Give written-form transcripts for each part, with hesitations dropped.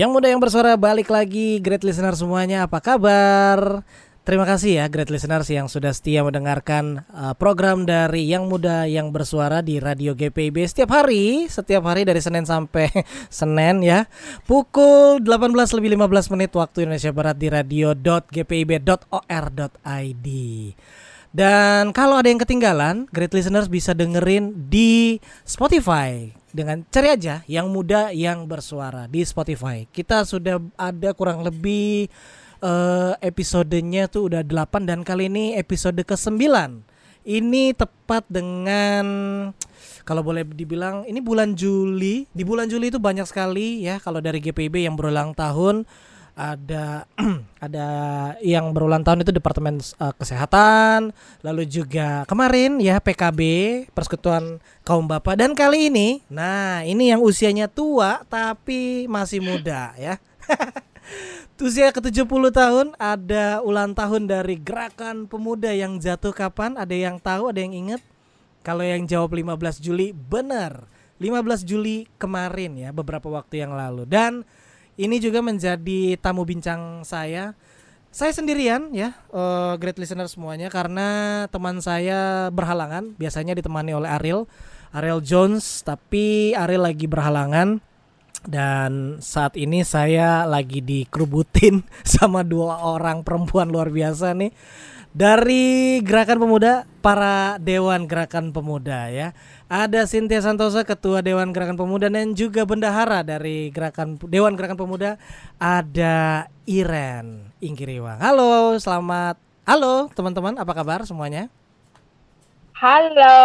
Yang muda yang bersuara balik lagi, great listener semuanya, apa kabar? Terima kasih ya great listeners yang sudah setia mendengarkan program dari Yang Muda yang Bersuara di Radio GPIB setiap hari dari Senin sampai Senin ya. Pukul 18:15 waktu Indonesia Barat di radio.gpib.or.id. Dan kalau ada yang ketinggalan, great listeners bisa dengerin di Spotify. Dengan cari aja Yang Muda yang Bersuara di Spotify. Kita sudah ada kurang lebih episodenya tuh udah 8 dan kali ini episode ke-9. Ini tepat dengan, kalau boleh dibilang ini bulan Juli. Di bulan Juli itu banyak sekali ya kalau dari GPIB yang berulang tahun. Ada ada yang berulang tahun itu Departemen Kesehatan, lalu juga kemarin ya PKB, Persekutuan Kaum Bapak, dan kali ini, nah ini yang usianya tua tapi masih muda ya. Usia ke-70 tahun, ada ulang tahun dari Gerakan Pemuda yang jatuh kapan? Ada yang tahu, ada yang ingat? Kalau yang jawab 15 Juli, benar. 15 Juli kemarin ya, beberapa waktu yang lalu. Dan ini juga menjadi tamu bincang saya. Saya sendirian ya, great listener semuanya, karena teman saya berhalangan. Biasanya ditemani oleh Ariel Jones, tapi Ariel lagi berhalangan. Dan saat ini saya lagi dikerubutin sama 2 orang perempuan luar biasa nih dari Gerakan Pemuda, para Dewan Gerakan Pemuda ya. Ada Cynthia Santosa, Ketua Dewan Gerakan Pemuda, dan juga Bendahara dari Dewan Gerakan Pemuda, ada Iren Ingkiriwang. Halo teman-teman, apa kabar semuanya? Halo.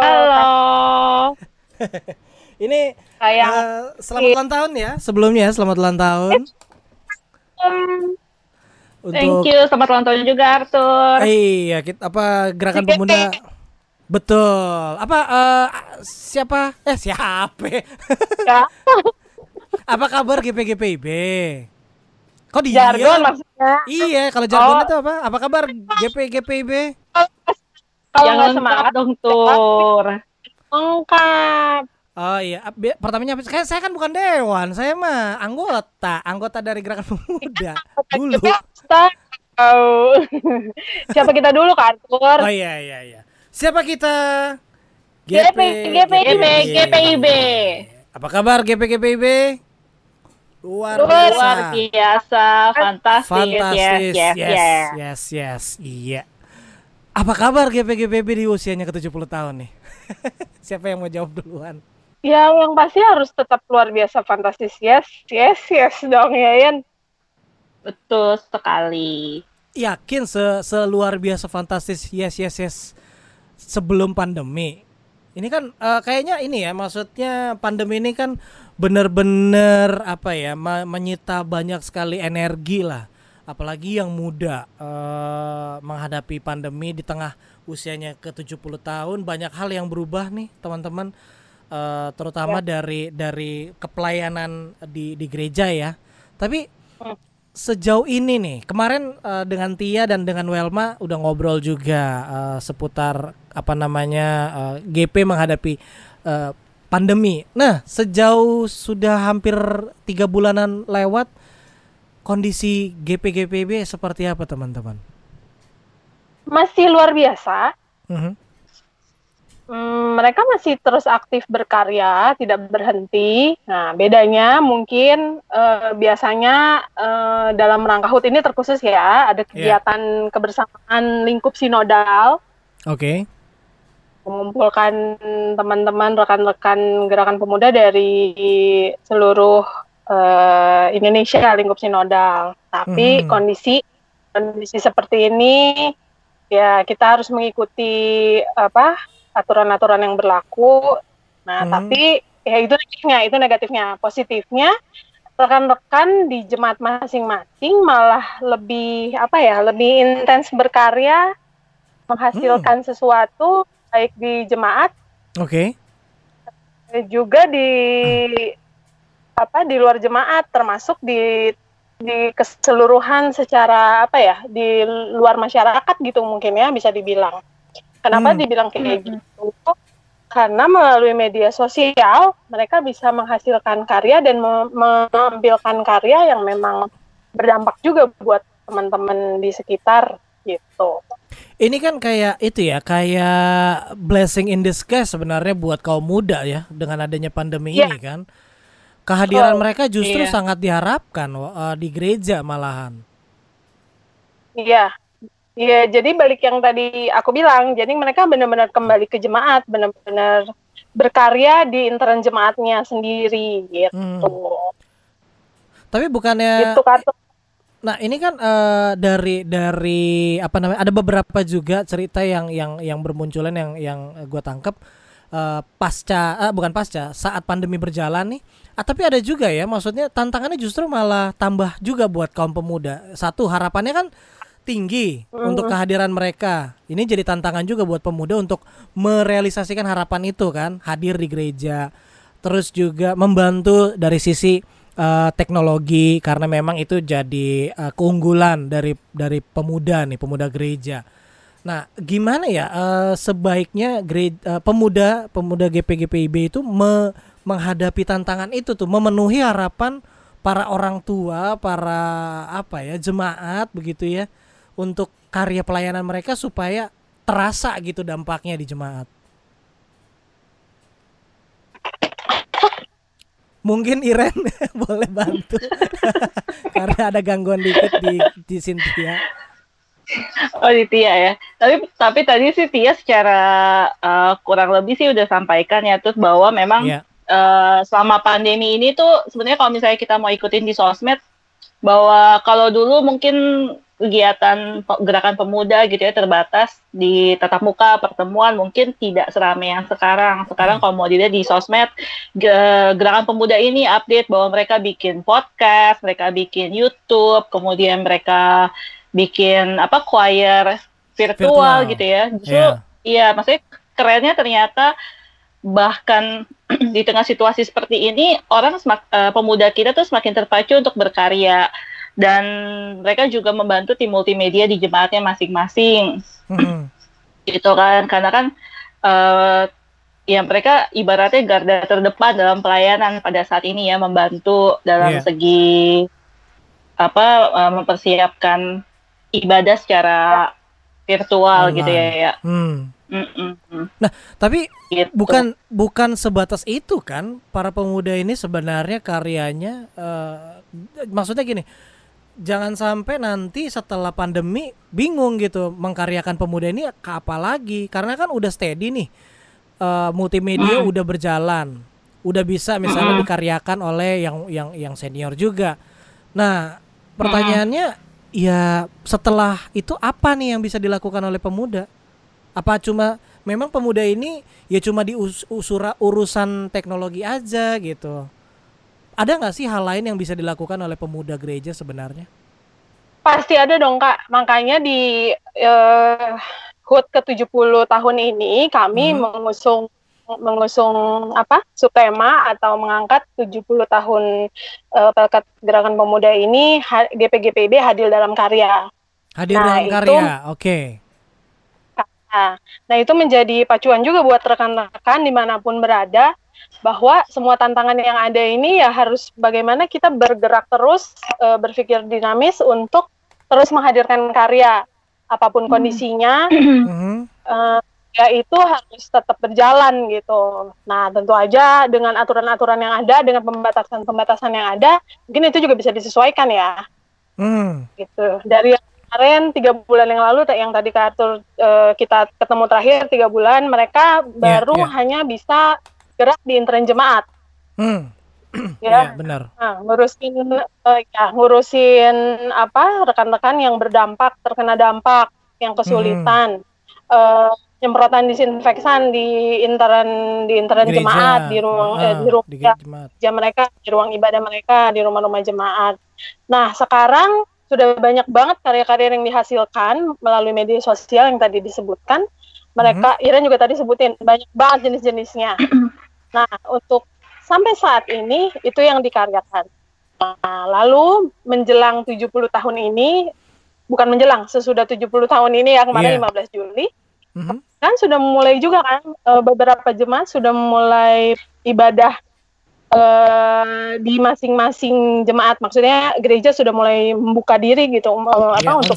Ini selamat ulang tahun ya. Sebelumnya selamat ulang tahun. Thank you, selamat ulang tahun juga Arthur. Iya, Gerakan Pemuda. Betul. Siapa? Ya. Apa kabar GPIB? Kok di jargon maksudnya? Iya, kalau jargon itu apa? Apa kabar GPIB? Kalau nggak semangat dong Tur. Lengkap. Oh iya, pertamanya saya kan bukan dewan, saya mah anggota dari Gerakan Pemuda dulu. Siapa kita dulu kan, Arthur? Oh iya. Siapa kita? GPIB. Apa kabar GPIB? Luar biasa, fantastis. Yes. Iya. Apa kabar GPIB di usianya ke-70 tahun nih? Siapa yang mau jawab duluan? Ya, yang pasti harus tetap luar biasa fantastis. Yes dong ya, Yan. Betul sekali. Yakin seluar biasa fantastis. Yes. Sebelum pandemi. Ini kan kayaknya ini ya, maksudnya pandemi ini kan benar-benar menyita banyak sekali energi lah. Apalagi yang muda menghadapi pandemi di tengah usianya ke-70 tahun, banyak hal yang berubah nih, teman-teman. Terutama dari kepelayanan di gereja ya. Tapi sejauh ini nih, kemarin dengan Tia dan dengan Welma udah ngobrol juga seputar GP menghadapi pandemi. Nah, sejauh sudah hampir 3 bulanan lewat, kondisi GPIB seperti apa teman-teman? Masih luar biasa. Mereka masih terus aktif berkarya, tidak berhenti. Nah, bedanya mungkin biasanya dalam rangka HUT ini terkhusus ya, ada kegiatan kebersamaan lingkup sinodal. Oke. Mengumpulkan teman-teman, rekan-rekan Gerakan Pemuda dari seluruh Indonesia, lingkup sinodal. Tapi kondisi seperti ini, ya kita harus mengikuti aturan-aturan yang berlaku. Nah, tapi ya itu negatifnya. Positifnya, rekan-rekan di jemaat masing-masing malah lebih intens berkarya, menghasilkan sesuatu baik di jemaat, juga di luar jemaat, termasuk di keseluruhan secara di luar masyarakat gitu mungkin ya bisa dibilang. Kenapa dibilang kayak gitu? Karena melalui media sosial mereka bisa menghasilkan karya dan menampilkan karya yang memang berdampak juga buat teman-teman di sekitar gitu. Ini kan kayak itu ya, kayak blessing in disguise sebenarnya buat kaum muda ya dengan adanya pandemi ini kan. Kehadiran mereka justru sangat diharapkan di gereja malahan. Iya. Iya, jadi balik yang tadi aku bilang, jadi mereka benar-benar kembali ke jemaat, benar-benar berkarya di intern jemaatnya sendiri gitu. Tapi bukannya gitu, Kak. Nah, ini kan dari apa namanya? Ada beberapa juga cerita yang bermunculan yang gue tangkap bukan pasca saat pandemi berjalan nih. Tapi ada juga ya, maksudnya tantangannya justru malah tambah juga buat kaum pemuda. Satu, harapannya kan tinggi untuk kehadiran mereka. Ini jadi tantangan juga buat pemuda untuk merealisasikan harapan itu kan, hadir di gereja. Terus juga membantu dari sisi teknologi karena memang itu jadi keunggulan dari pemuda gereja. Nah, gimana ya sebaiknya pemuda GPGPIB itu menghadapi tantangan itu tuh, memenuhi harapan para orang tua, para jemaat begitu ya, untuk karya pelayanan mereka supaya terasa gitu dampaknya di jemaat. Mungkin Iren boleh bantu karena ada gangguan dikit di Cynthia. Oh, di Tia ya. Tapi tadi sih Tia secara kurang lebih sih udah sampaikan ya, terus bahwa memang selama pandemi ini tuh sebenarnya kalau misalnya kita mau ikutin di sosmed, bahwa kalau dulu mungkin kegiatan gerakan pemuda gitu ya terbatas di tatap muka, pertemuan mungkin tidak seramai yang sekarang. Sekarang kalau mau dilihat di sosmed, gerakan pemuda ini update bahwa mereka bikin podcast, mereka bikin YouTube, kemudian mereka bikin choir virtual gitu ya. Justru iya, maksudnya kerennya ternyata bahkan di tengah situasi seperti ini pemuda kita tuh semakin terpacu untuk berkarya. Dan mereka juga membantu tim multimedia di jemaatnya masing-masing, gitu kan? Karena kan ya mereka ibaratnya garda terdepan dalam pelayanan pada saat ini ya, membantu dalam segi mempersiapkan ibadah secara virtual online, gitu ya. Nah, tapi gitu. bukan sebatas itu kan, para pemuda ini sebenarnya karyanya, maksudnya gini. Jangan sampai nanti setelah pandemi bingung gitu mengkaryakan pemuda ini ke apa lagi, karena kan udah steady nih, multimedia udah berjalan, udah bisa misalnya dikaryakan oleh yang senior juga. Nah, pertanyaannya ya setelah itu apa nih yang bisa dilakukan oleh pemuda? Apa cuma memang pemuda ini ya cuma di urusan teknologi aja gitu? Ada nggak sih hal lain yang bisa dilakukan oleh pemuda gereja sebenarnya? Pasti ada dong, Kak. Makanya di HUT ke-70 tahun ini kami mengusung subtema atau mengangkat 70 tahun Pelkat Gerakan Pemuda ini, GPGPIB hadir dalam karya. Dalam karya, oke. Nah, itu menjadi pacuan juga buat rekan-rekan dimanapun berada, bahwa semua tantangan yang ada ini ya harus bagaimana kita bergerak terus, berpikir dinamis untuk terus menghadirkan karya apapun kondisinya, ya itu harus tetap berjalan gitu. Nah, tentu aja dengan aturan-aturan yang ada, dengan pembatasan-pembatasan yang ada, mungkin itu juga bisa disesuaikan ya. Gitu. Dari kemarin 3 bulan yang lalu yang tadi Kak Arthur kita ketemu terakhir 3 bulan, mereka baru hanya bisa gerak di intern jemaat. Ya, benar. Nah, ngurusin rekan-rekan yang berdampak, terkena dampak, yang kesulitan, nyemprotan disinfektan di intern gereja, jemaat, di ruang gereja mereka, di ruang ibadah mereka, di rumah-rumah jemaat. Nah, sekarang sudah banyak banget karya-karya yang dihasilkan melalui media sosial yang tadi disebutkan. Mereka, Iren juga tadi sebutin, banyak banget jenis-jenisnya. Nah, untuk sampai saat ini itu yang dikaryakan. Nah, lalu menjelang 70 tahun ini, bukan menjelang, sesudah 70 tahun ini ya, kemarin 15 Juli, kan sudah mulai juga kan, beberapa jemaat sudah mulai ibadah di masing-masing jemaat, maksudnya gereja sudah mulai membuka diri gitu untuk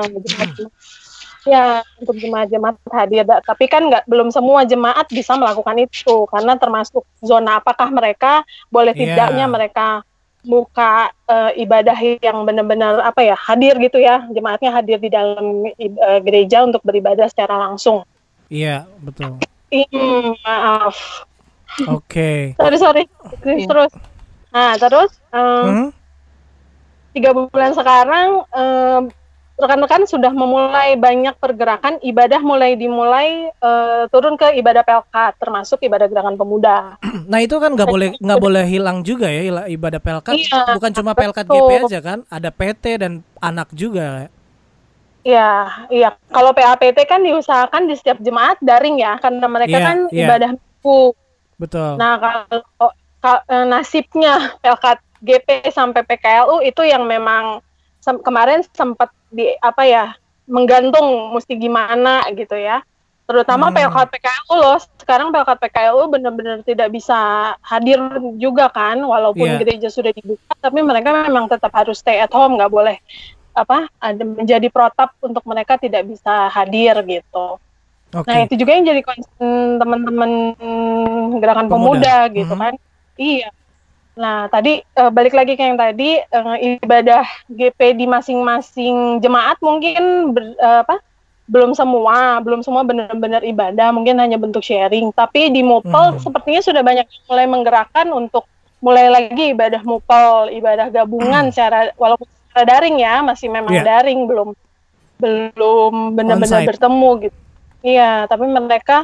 untuk jemaat-jemaat hadir. Tapi kan belum semua jemaat bisa melakukan itu karena termasuk zona apakah mereka boleh tidaknya mereka buka ibadah yang benar-benar hadir gitu ya, jemaatnya hadir di dalam gereja untuk beribadah secara langsung. Iya, betul. Maaf. Oke. Sorry. Terus. Nah, terus 3 bulan sekarang rekan-rekan sudah memulai banyak pergerakan, ibadah dimulai turun ke ibadah PLK, termasuk ibadah gerakan pemuda. Nah itu kan nggak boleh hilang juga ya ibadah PLK. Bukan cuma PLK GP aja kan, ada PT dan anak juga. Iya. Kalau PAPT kan diusahakan di setiap jemaat daring ya, karena mereka kan ibadah minggu. Betul. Nah kalau nasibnya PLK GP sampai PKLU itu yang memang kemarin sempat menggantung mesti gimana gitu ya. Terutama PLK PKLU loh. Sekarang PLK PKLU benar-benar tidak bisa hadir juga kan, walaupun gereja sudah dibuka, tapi mereka memang tetap harus stay at home, nggak boleh ada menjadi protap untuk mereka tidak bisa hadir gitu. Nah itu juga yang jadi concern teman-teman gerakan pemuda gitu kan. Iya. Nah tadi balik lagi ke yang tadi, ibadah GP di masing-masing jemaat mungkin belum semua benar-benar ibadah, mungkin hanya bentuk sharing. Tapi di Mupel sepertinya sudah banyak mulai menggerakkan untuk mulai lagi ibadah Mupel, ibadah gabungan walaupun secara daring ya, masih memang daring, belum benar-benar bertemu gitu. Iya, tapi mereka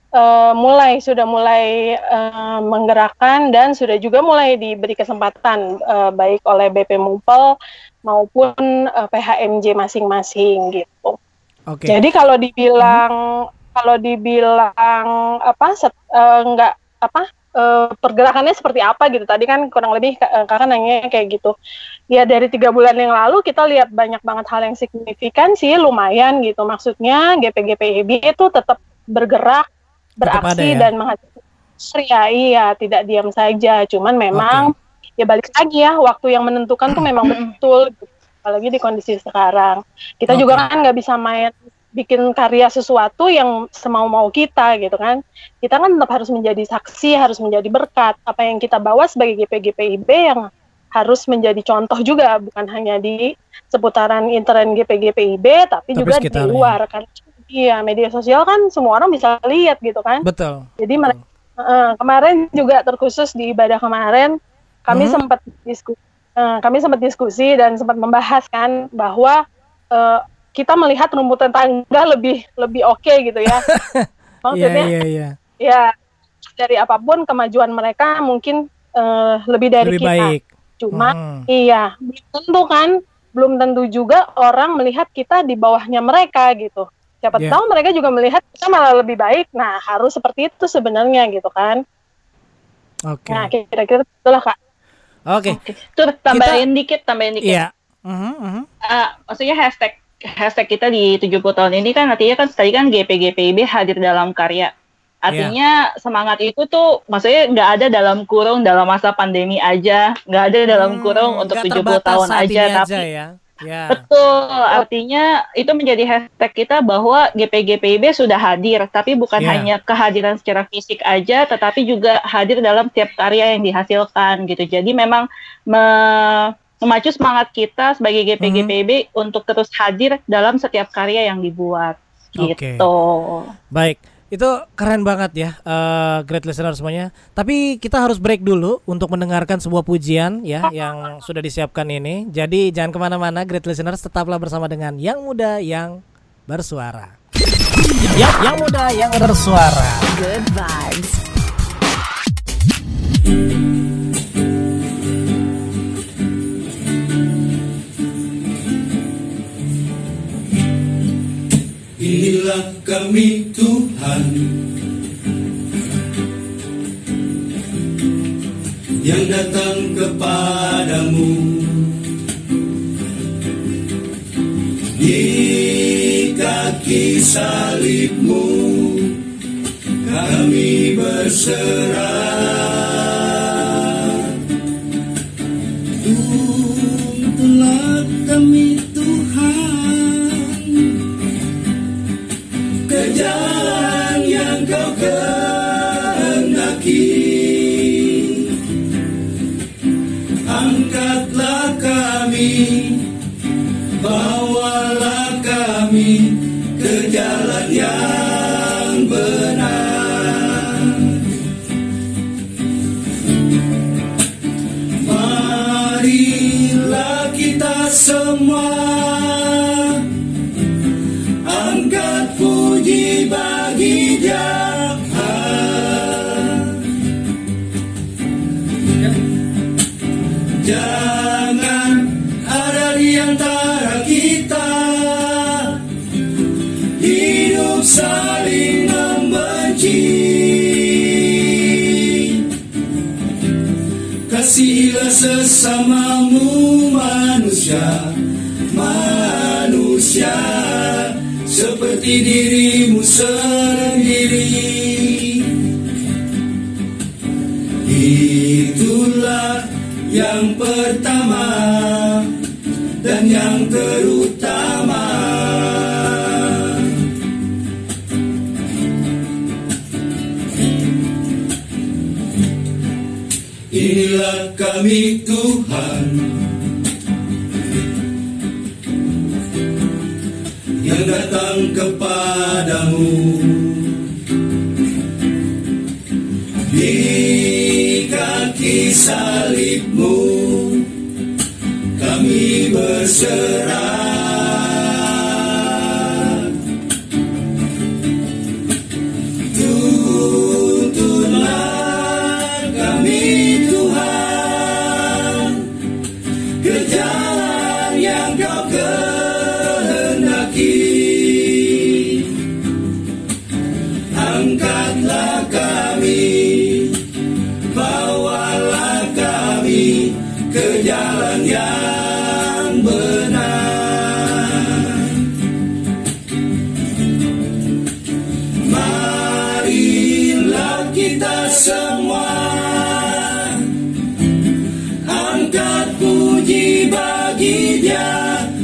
sudah mulai menggerakkan dan sudah juga mulai diberi kesempatan baik oleh BP Mupel maupun PHMJ masing-masing gitu. Jadi kalau dibilang pergerakannya seperti apa gitu, tadi kan kurang lebih kakak nanya kayak gitu ya. Dari 3 bulan yang lalu kita lihat banyak banget hal yang signifikan sih, lumayan gitu, maksudnya GP-GPIB itu tetap bergerak, beraksi dan menghasilkan tidak diam saja. Cuman memang ya balik lagi ya, waktu yang menentukan tuh memang betul gitu. Apalagi di kondisi sekarang kita juga kan nggak bisa bikin karya sesuatu yang semau-mau kita gitu kan. Kita kan tetap harus menjadi saksi, harus menjadi berkat. Apa yang kita bawa sebagai GP-GPIB yang harus menjadi contoh juga, bukan hanya di seputaran intern GP-GPIB, tapi juga di luar kan. Iya, media sosial kan semua orang bisa lihat gitu kan. Betul. Jadi kemarin juga terkhusus di ibadah kemarin kami sempat diskusi dan sempat membahas kan bahwa kita melihat rumput tetangga lebih oke gitu ya. Maksudnya ya dari apapun kemajuan mereka mungkin lebih dari kita. Baik. Cuma belum tentu juga orang melihat kita di bawahnya mereka gitu. Siapa tahu mereka juga melihat kita malah lebih baik. Nah, harus seperti itu sebenarnya gitu kan. Nah, kira-kira itulah Kak. Tuh tambahin dikit. Iya. Maksudnya hashtag kita di 70 tahun ini kan artinya kan tadi kan GP-GPIB hadir dalam karya. Artinya semangat itu tuh maksudnya nggak ada dalam kurung dalam masa pandemi aja, nggak ada dalam kurung untuk 70 tahun aja, tapi betul, artinya itu menjadi hashtag kita bahwa GP-GPIB sudah hadir, tapi bukan hanya kehadiran secara fisik aja, tetapi juga hadir dalam tiap karya yang dihasilkan gitu. Jadi memang memacu semangat kita sebagai GP-GPIB untuk terus hadir dalam setiap karya yang dibuat gitu. Baik, itu keren banget ya, great listener semuanya. Tapi kita harus break dulu untuk mendengarkan sebuah pujian ya yang sudah disiapkan ini. Jadi jangan kemana-mana, great listeners, tetaplah bersama dengan Yang Muda Yang Bersuara. Yang Muda Yang Bersuara. Good vibes. Inilah kami Tuhan yang datang kepadamu di kaki salibmu kami berserah. Tuntunlah kami Tuhan ke jalan yang Kau kehendaki. Angkatlah kami, bawalah kami ke jalan yang benar. Marilah kita semua angkat puji bagi Dia. Jangan ada di antara kita hidup saling membenci. Kasihilah sesamamu manusia, manusia seperti dirimu sendiri. Itulah yang pertama dan yang terutama. Inilah kami Tuhan yang datang kepadamu di kaki salibmu kami berserah. Tuntunlah kami Tuhan ke jalan yang Kau kehendaki. Angkatlah kami, bawalah kami ke jalan yang benar. Marilah kita semua angkat puji bagi Dia.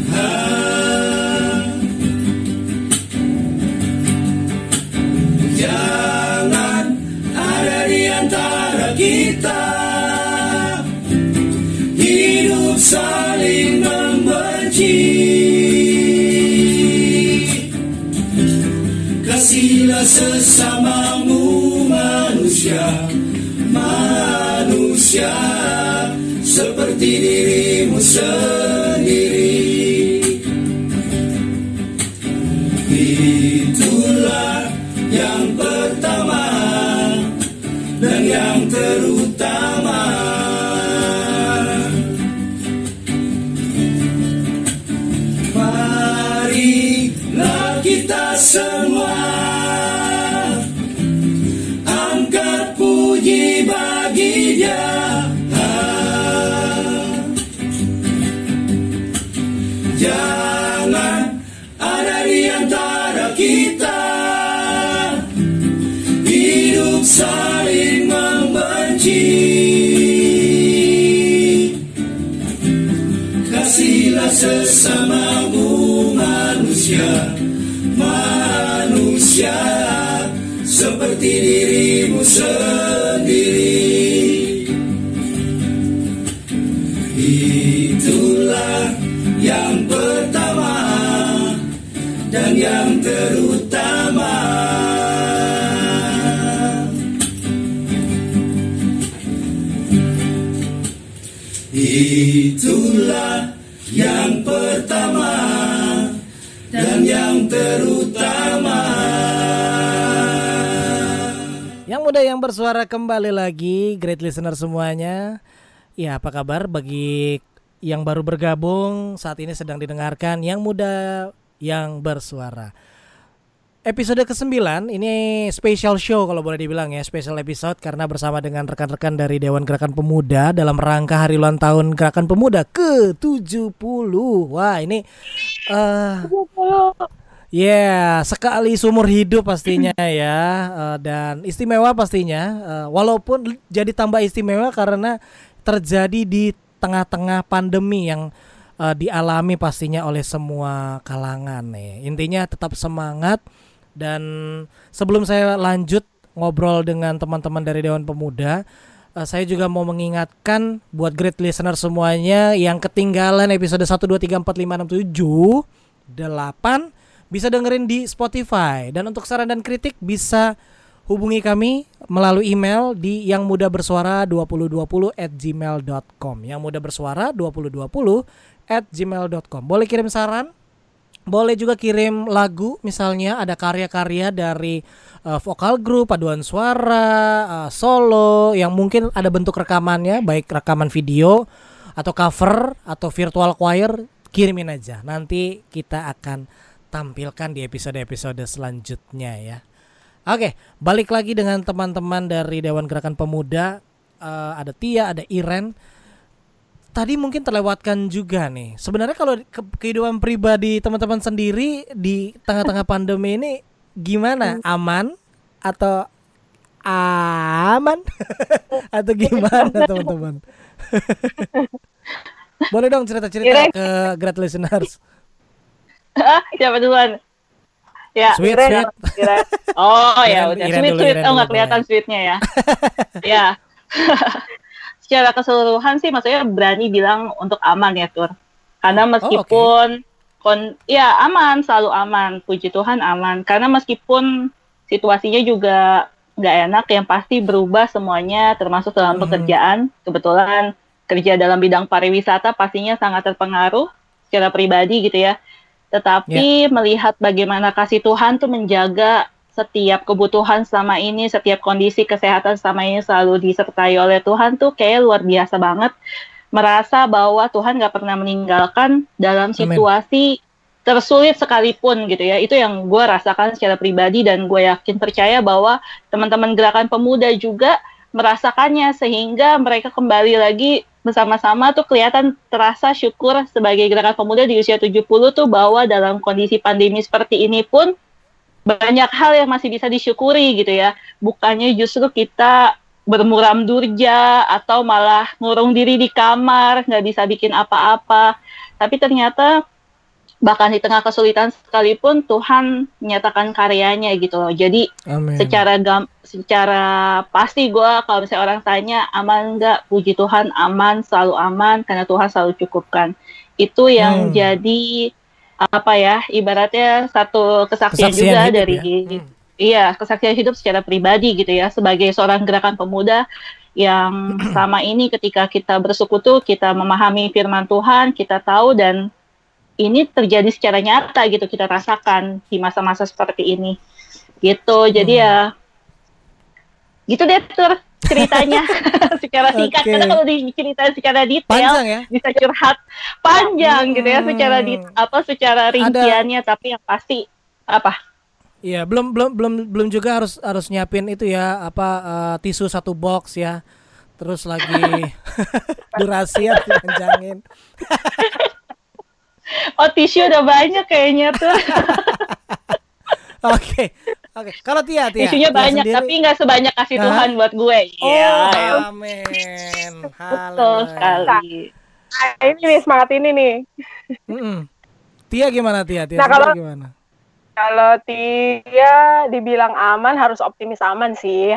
Jangan ada di antara kita hidup saling membenci. Kasihilah sesamamu manusia, manusia seperti dirimu sendiri. Itulah yang pertama dan yang terutama. Marilah kita semua angkat puji bagi Dia. Jangan ada di antara kita hidup saling membenci. Kasihilah sesamamu manusia, manusia seperti dirimu sendiri. Itulah yang pertama dan yang terutama. Itulah yang pertama dan yang terutama. Yang muda yang bersuara kembali lagi, great listener semuanya. Ya, apa kabar bagi yang baru bergabung saat ini sedang didengarkan Yang Muda yang Bersuara. Episode ke-9 ini special show kalau boleh dibilang ya, special episode karena bersama dengan rekan-rekan dari Dewan Gerakan Pemuda dalam rangka hari ulang tahun Gerakan Pemuda ke-70. Wah, ini Sekali seumur hidup pastinya ya, dan istimewa pastinya, walaupun jadi tambah istimewa karena terjadi di tengah-tengah pandemi yang dialami pastinya oleh semua kalangan nih. Intinya tetap semangat, dan sebelum saya lanjut ngobrol dengan teman-teman dari Dewan Pemuda, saya juga mau mengingatkan buat great listener semuanya yang ketinggalan episode 1, 2, 3, 4, 5, 6, 7, 8, bisa dengerin di Spotify. Dan untuk saran dan kritik bisa hubungi kami melalui email di yangmudabersuara2020@gmail.com. yangmudabersuara2020@gmail.com. Boleh kirim saran, boleh juga kirim lagu, misalnya ada karya-karya dari vokal grup, paduan suara, solo yang mungkin ada bentuk rekamannya, baik rekaman video atau cover atau virtual choir, kirimin aja. Nanti kita akan tampilkan di episode-episode selanjutnya ya. Oke, balik lagi dengan teman-teman dari Dewan Gerakan Pemuda. Ada Tia, ada Iren. Tadi mungkin terlewatkan juga nih. Sebenarnya kalau kehidupan pribadi teman-teman sendiri di tengah-tengah pandemi ini gimana? Aman atau atau gimana teman-teman? Boleh dong cerita-cerita ke great listeners. Siapa duluan? Ya, Sweet. Oh ya Iren, udah. Iren Sweet. dulu, Nggak kelihatan sweetnya ya. Ya. Secara keseluruhan sih maksudnya berani bilang untuk aman ya Tur. Karena meskipun aman, selalu aman. Puji Tuhan aman. Karena meskipun situasinya juga nggak enak, yang pasti berubah semuanya termasuk dalam pekerjaan. Kebetulan kerja dalam bidang pariwisata pastinya sangat terpengaruh secara pribadi gitu ya. Tetapi melihat bagaimana kasih Tuhan tuh menjaga setiap kebutuhan selama ini, setiap kondisi kesehatan selama ini selalu disertai oleh Tuhan tuh kayak luar biasa banget. Merasa bahwa Tuhan gak pernah meninggalkan dalam situasi tersulit sekalipun gitu ya. Itu yang gue rasakan secara pribadi, dan gue yakin percaya bahwa teman-teman Gerakan Pemuda juga merasakannya, sehingga mereka kembali lagi bersama-sama tuh kelihatan terasa syukur sebagai Gerakan Pemuda di usia 70 tuh, bahwa dalam kondisi pandemi seperti ini pun banyak hal yang masih bisa disyukuri gitu ya. Bukannya justru kita bermuram durja atau malah ngurung diri di kamar, nggak bisa bikin apa-apa. Tapi ternyata bahkan di tengah kesulitan sekalipun Tuhan menyatakan karyanya gitu loh. Jadi Amen. secara pasti gue kalau misalnya orang tanya aman nggak, puji Tuhan aman, selalu aman karena Tuhan selalu cukupkan. Itu yang jadi apa ya, ibaratnya satu kesaksian juga dari kesaksian hidup secara pribadi gitu ya, sebagai seorang Gerakan Pemuda yang selama ini ketika kita bersekutu, kita memahami firman Tuhan, kita tahu, dan ini terjadi secara nyata gitu, kita rasakan di masa-masa seperti ini gitu. Jadi ya gitu deh Tur ceritanya secara singkat. Karena kalau diceritain secara detail ya? Bisa curhat panjang gitu ya, secara rinciannya. Tapi yang pasti apa? Iya, belum juga harus nyiapin itu ya, tisu 1 box ya. Terus lagi durasi ya dipanjangin. Oh, tisu udah banyak kayaknya tuh. Oke. Kalau Tia tisunya banyak sendiri, tapi nggak sebanyak kasih Tuhan buat gue. Amin. Betul sekali. Nah, ini nih semangat ini nih. Tia gimana Tia? Nah, kalau Tia dibilang aman, harus optimis aman sih,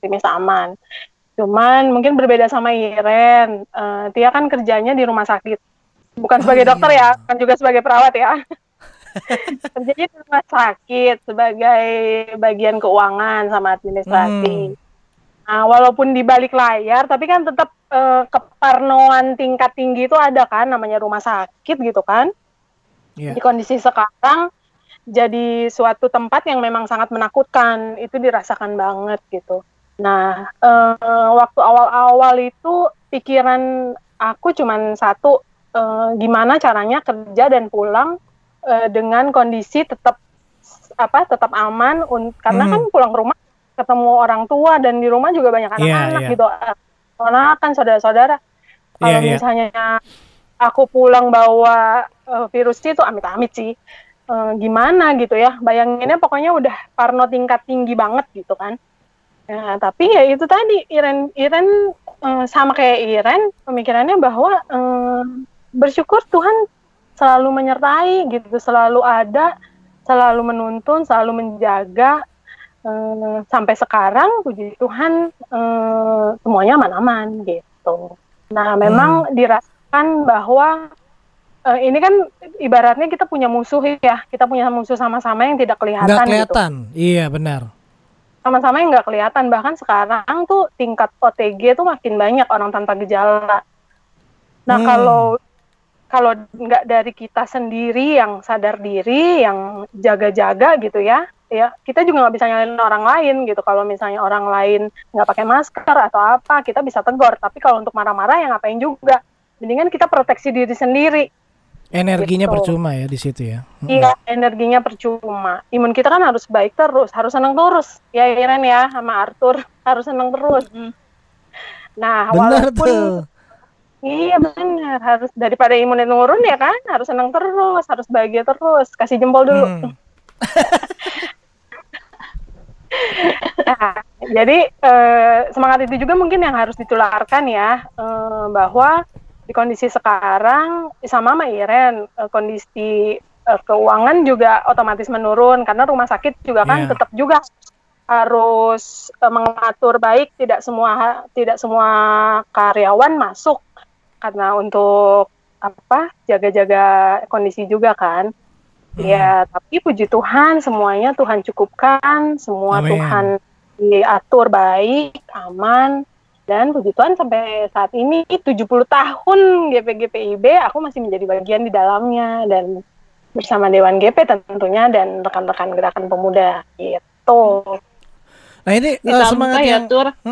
Cuman mungkin berbeda sama Iren. Tia kan kerjanya di rumah sakit. Bukan sebagai dokter ya, kan juga sebagai perawat ya. Kerjanya di rumah sakit sebagai bagian keuangan sama administrasi. Nah, walaupun di balik layar, tapi kan tetap keparnoan tingkat tinggi itu ada kan, namanya rumah sakit gitu kan. Di kondisi sekarang jadi suatu tempat yang memang sangat menakutkan, itu dirasakan banget gitu. Nah, waktu awal-awal itu pikiran aku cuman satu, gimana caranya kerja dan pulang dengan kondisi tetap aman, karena kan pulang ke rumah ketemu orang tua, dan di rumah juga banyak anak-anak gitu, kan saudara-saudara. Kalau misalnya aku pulang bawa virus itu, amit-amit sih, gimana gitu ya, bayanginnya pokoknya udah parno tingkat tinggi banget gitu kan. Ya, tapi ya itu tadi Iren sama kayak Iren pemikirannya bahwa bersyukur Tuhan selalu menyertai gitu, selalu ada, selalu menuntun, selalu menjaga, sampai sekarang puji Tuhan semuanya aman-aman gitu. Nah memang dirasakan bahwa ini kan ibaratnya kita punya musuh ya, kita punya musuh sama-sama yang tidak kelihatan. Nggak kelihatan, gitu. Iya benar. Sama-sama yang nggak kelihatan, bahkan sekarang tuh tingkat OTG tuh makin banyak orang tanpa gejala. Nah kalau nggak dari kita sendiri yang sadar diri, yang jaga-jaga gitu ya kita juga nggak bisa nyalain orang lain gitu. Kalau misalnya orang lain nggak pakai masker atau apa, kita bisa tegur. Tapi kalau untuk marah-marah ya ngapain juga. Mendingan kita proteksi diri sendiri. Energinya gitu. Percuma ya di situ ya. Iya, energinya percuma. Imun kita kan harus baik terus, harus senang terus. Ya Iren ya sama Arthur harus senang terus. Nah, benar walaupun tuh. Iya benar, harus daripada imunnya turun ya kan, harus senang terus, harus bahagia terus. Kasih jempol dulu. Nah, jadi semangat itu juga mungkin yang harus ditularkan ya, bahwa di kondisi sekarang sama Iren, kondisi keuangan juga otomatis menurun karena rumah sakit juga kan tetap juga harus mengatur baik, tidak semua karyawan masuk karena untuk jaga-jaga kondisi juga kan. Ya, tapi puji Tuhan semuanya Tuhan cukupkan, semua Amin. Tuhan diatur baik, aman. Dan puji Tuhan sampai saat ini 70 tahun GPGPIB aku masih menjadi bagian di dalamnya dan bersama Dewan GP tentunya dan rekan-rekan gerakan pemuda gitu. Nah ini semangat ya, yang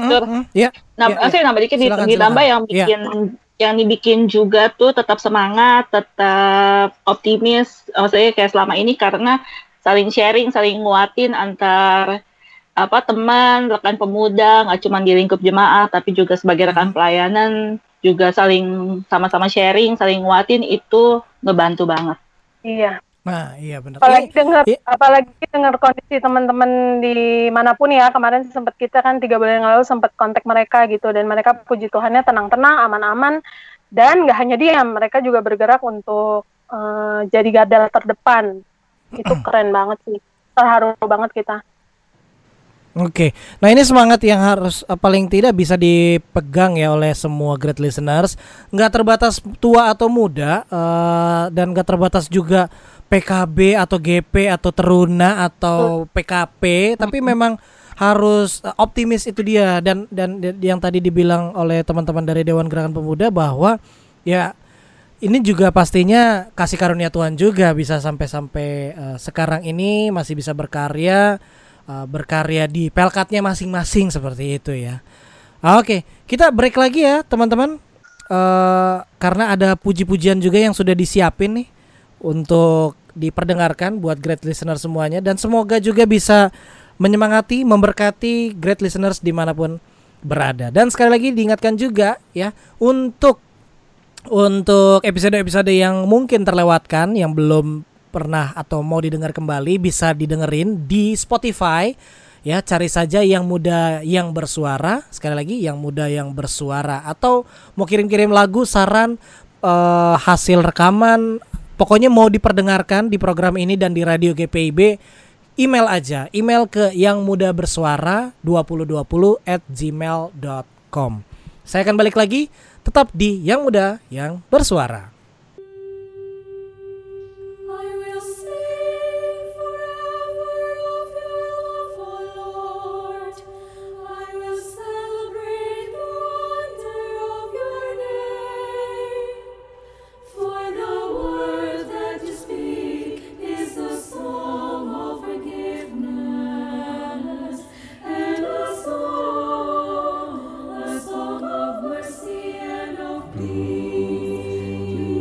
saya nambah dikit ditambah yang bikin yang dibikin juga tuh tetap semangat, tetap optimis. Maksudnya kayak selama ini karena saling sharing, saling nguatin antar teman, rekan pemuda, nggak cuma di lingkup jemaah, tapi juga sebagai rekan pelayanan, juga saling sama-sama sharing, saling nguatin, itu ngebantu banget. Iya. Nah, iya benar. Apalagi dengar kondisi teman-teman di manapun ya, kemarin sempat kita kan 3 bulan yang lalu sempat kontak mereka gitu, dan mereka puji Tuhannya tenang-tenang, aman-aman, dan nggak hanya diam, mereka juga bergerak untuk jadi garda terdepan. Itu keren banget sih, terharu banget kita. Oke, nah ini semangat yang harus paling tidak bisa dipegang ya oleh semua great listeners. Nggak terbatas tua atau muda, dan nggak terbatas juga PKB atau GP atau teruna atau PKP, tapi memang harus optimis itu dia. Dan yang tadi dibilang oleh teman-teman dari Dewan Gerakan Pemuda bahwa ya ini juga pastinya kasih karunia Tuhan juga bisa sampai sekarang ini masih bisa berkarya di pelkatnya masing-masing seperti itu ya. Oke, kita break lagi ya teman-teman, karena ada puji-pujian juga yang sudah disiapin nih untuk diperdengarkan buat great listeners semuanya, dan semoga juga bisa menyemangati, memberkati great listeners dimanapun berada. Dan sekali lagi diingatkan juga ya untuk episode-episode yang mungkin terlewatkan, yang belum pernah atau mau didengar kembali, bisa didengerin di Spotify ya, cari saja Yang Muda Yang Bersuara. Sekali lagi Yang Muda Yang Bersuara. Atau mau kirim-kirim lagu, saran, hasil rekaman, pokoknya mau diperdengarkan di program ini dan di Radio GPIB, email aja, email ke yangmudabersuara2020@gmail.com. Saya akan balik lagi tetap di Yang Muda Yang Bersuara. Peace.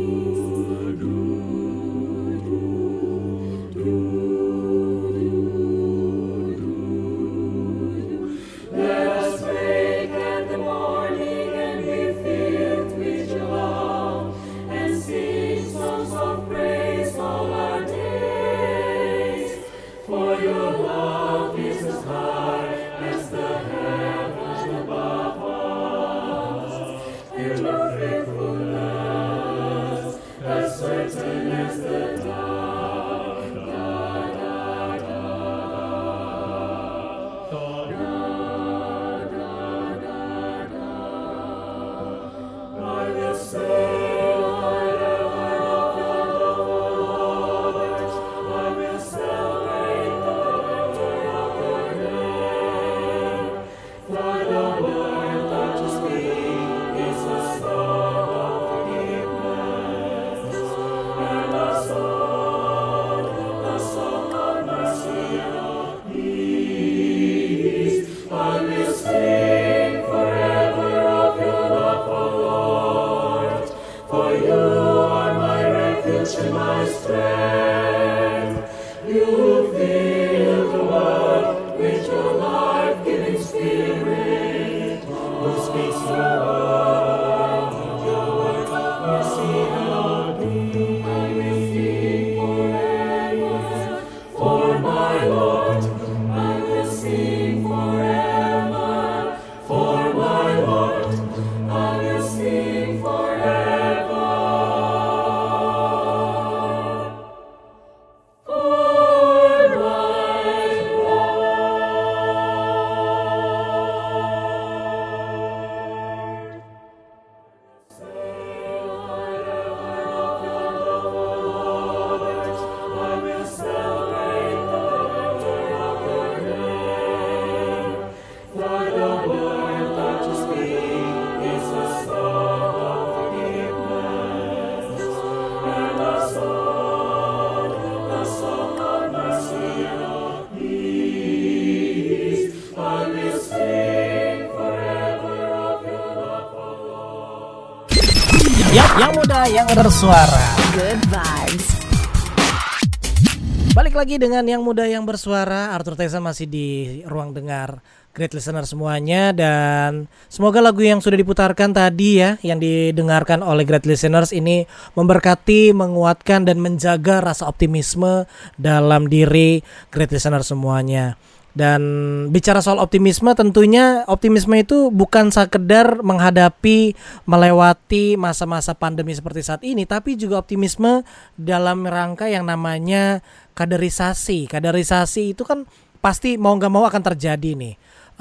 yang bersuara. Good vibes. Balik lagi dengan Yang Muda Yang Bersuara. Arthur Teza masih di ruang dengar great listener semuanya. Dan semoga lagu yang sudah diputarkan tadi ya, yang didengarkan oleh great listeners ini memberkati, menguatkan dan menjaga rasa optimisme dalam diri great listener semuanya. Dan bicara soal optimisme, tentunya optimisme itu bukan sekedar menghadapi, melewati masa-masa pandemi seperti saat ini, tapi juga optimisme dalam rangka yang namanya kaderisasi. Kaderisasi itu kan pasti mau gak mau akan terjadi nih,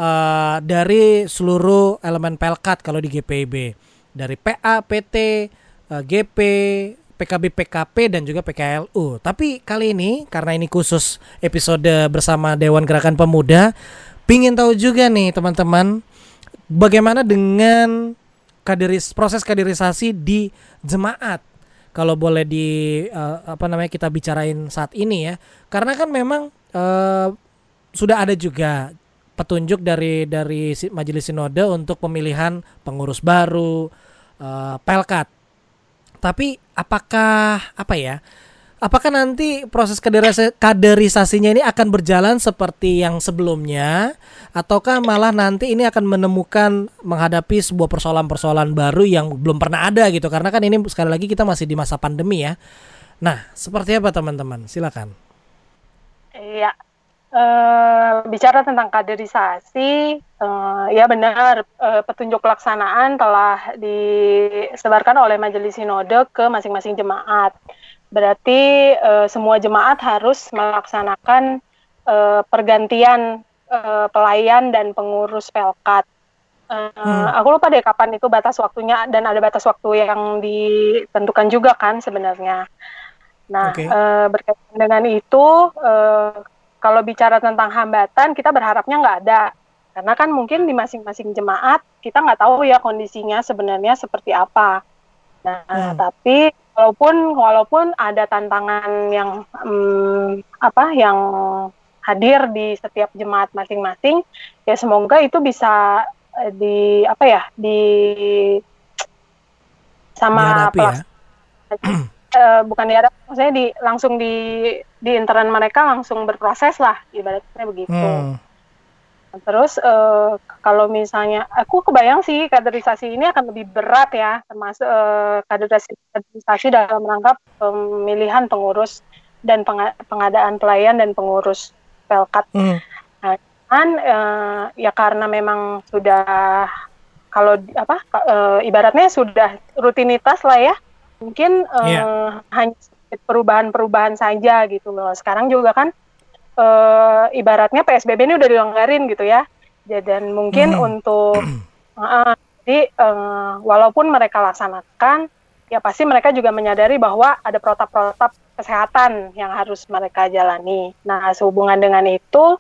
dari seluruh elemen Pelkat kalau di GPIB, dari PA, PT, GP, PKB, PKP dan juga PKLU. Tapi kali ini karena ini khusus episode bersama Dewan Gerakan Pemuda, pingin tahu juga nih teman-teman, bagaimana dengan proses kaderisasi di jemaat. Kalau boleh kita bicarain saat ini ya. Karena kan memang sudah ada juga petunjuk dari Majelis Sinode untuk pemilihan pengurus baru Pelkat. Tapi apakah nanti proses kaderisasinya ini akan berjalan seperti yang sebelumnya, ataukah malah nanti ini akan menghadapi sebuah persoalan-persoalan baru yang belum pernah ada gitu, karena kan ini sekali lagi kita masih di masa pandemi ya. Nah, seperti apa teman-teman? Silakan. Iya. Bicara tentang kaderisasi, ya benar, petunjuk pelaksanaan telah disebarkan oleh Majelis Sinode ke masing-masing jemaat. Berarti semua jemaat harus melaksanakan pergantian pelayan dan pengurus Pelkat. Aku lupa deh kapan itu batas waktunya, dan ada batas waktu yang ditentukan juga kan sebenarnya. Nah, berkaitan dengan itu, kalau bicara tentang hambatan, kita berharapnya nggak ada. Karena kan mungkin di masing-masing jemaat, kita nggak tahu ya kondisinya sebenarnya seperti apa. Nah, tapi walaupun ada tantangan yang yang hadir di setiap jemaat masing-masing, ya semoga itu bisa sama bukan diharap, maksudnya langsung di intern mereka langsung berproses lah, ibaratnya begitu. Terus kalau misalnya aku kebayang sih kaderisasi ini akan lebih berat ya, termasuk kaderisasi dalam rangka pemilihan pengurus dan pengadaan pelayan dan pengurus Pelkat. Nah, kan ya karena memang sudah ibaratnya sudah rutinitas lah ya. Mungkin hanya perubahan-perubahan saja gitu loh. Sekarang juga kan ibaratnya PSBB ini udah dilonggarin gitu ya. Dan mungkin untuk jadi walaupun mereka laksanakan, ya pasti mereka juga menyadari bahwa ada protap-protap kesehatan yang harus mereka jalani. Nah, sehubungan dengan itu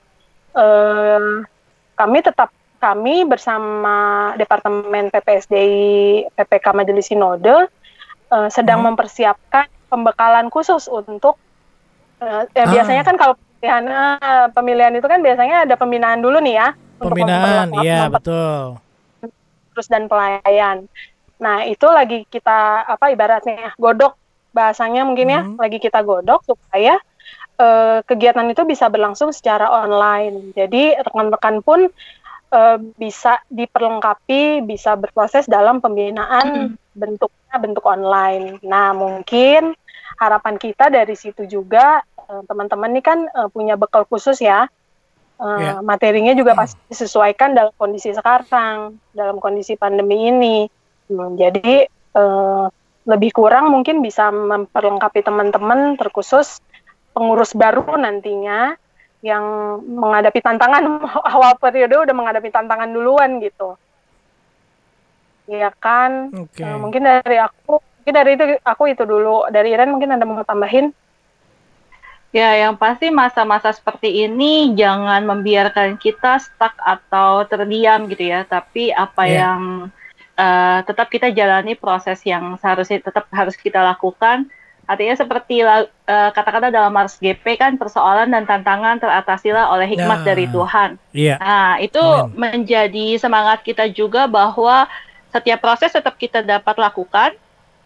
kami bersama Departemen PPSDI PPK Majelis Sinode sedang mempersiapkan pembekalan khusus untuk biasanya kan kalau pemilihan itu kan biasanya ada pembinaan dulu nih ya. Pembinaan, iya betul. Terus dan pelayan. Nah itu lagi kita ibaratnya godok bahasanya mungkin ya, lagi kita godok supaya kegiatan itu bisa berlangsung secara online. Jadi rekan-rekan pun bisa diperlengkapi, bisa berproses dalam pembinaan bentuk online. Nah, mungkin harapan kita dari situ juga teman-teman ini kan punya bekal khusus ya. Materinya juga pasti disesuaikan dalam kondisi sekarang, dalam kondisi pandemi ini. Jadi lebih kurang mungkin bisa memperlengkapi teman-teman terkhusus pengurus baru nantinya yang menghadapi tantangan awal periode udah menghadapi tantangan duluan gitu. Iya kan, mungkin dari aku itu dulu. Dari Iren mungkin ada mau tambahin? Ya, yang pasti masa-masa seperti ini jangan membiarkan kita stuck atau terdiam gitu ya. Tapi yang tetap kita jalani proses yang seharusnya tetap harus kita lakukan. Artinya seperti kata-kata dalam Mars GP kan, persoalan dan tantangan teratasilah oleh hikmat dari Tuhan. Nah, itu menjadi semangat kita juga bahwa setiap proses tetap kita dapat lakukan,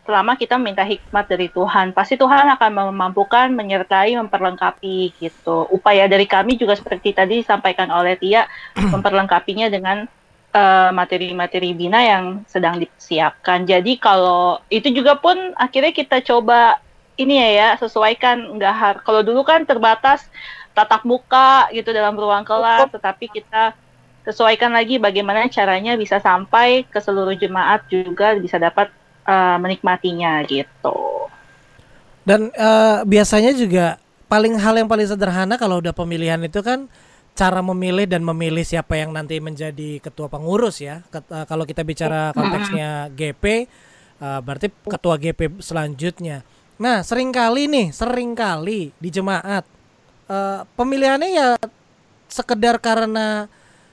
selama kita minta hikmat dari Tuhan. Pasti Tuhan akan memampukan, menyertai, memperlengkapi gitu. Upaya dari kami juga seperti tadi disampaikan oleh Tia, memperlengkapinya dengan materi-materi Bina yang sedang disiapkan. Jadi kalau itu juga pun akhirnya kita coba ini ya sesuaikan. Kalau dulu kan terbatas tatap muka gitu dalam ruang kelas, tetapi kita sesuaikan lagi bagaimana caranya bisa sampai ke seluruh jemaat juga bisa dapat menikmatinya gitu. Dan biasanya juga hal yang paling sederhana kalau udah pemilihan itu kan cara memilih dan memilih siapa yang nanti menjadi ketua pengurus ya. Kalau kita bicara konteksnya GP, berarti ketua GP selanjutnya. Nah, seringkali di jemaat pemilihannya ya sekedar karena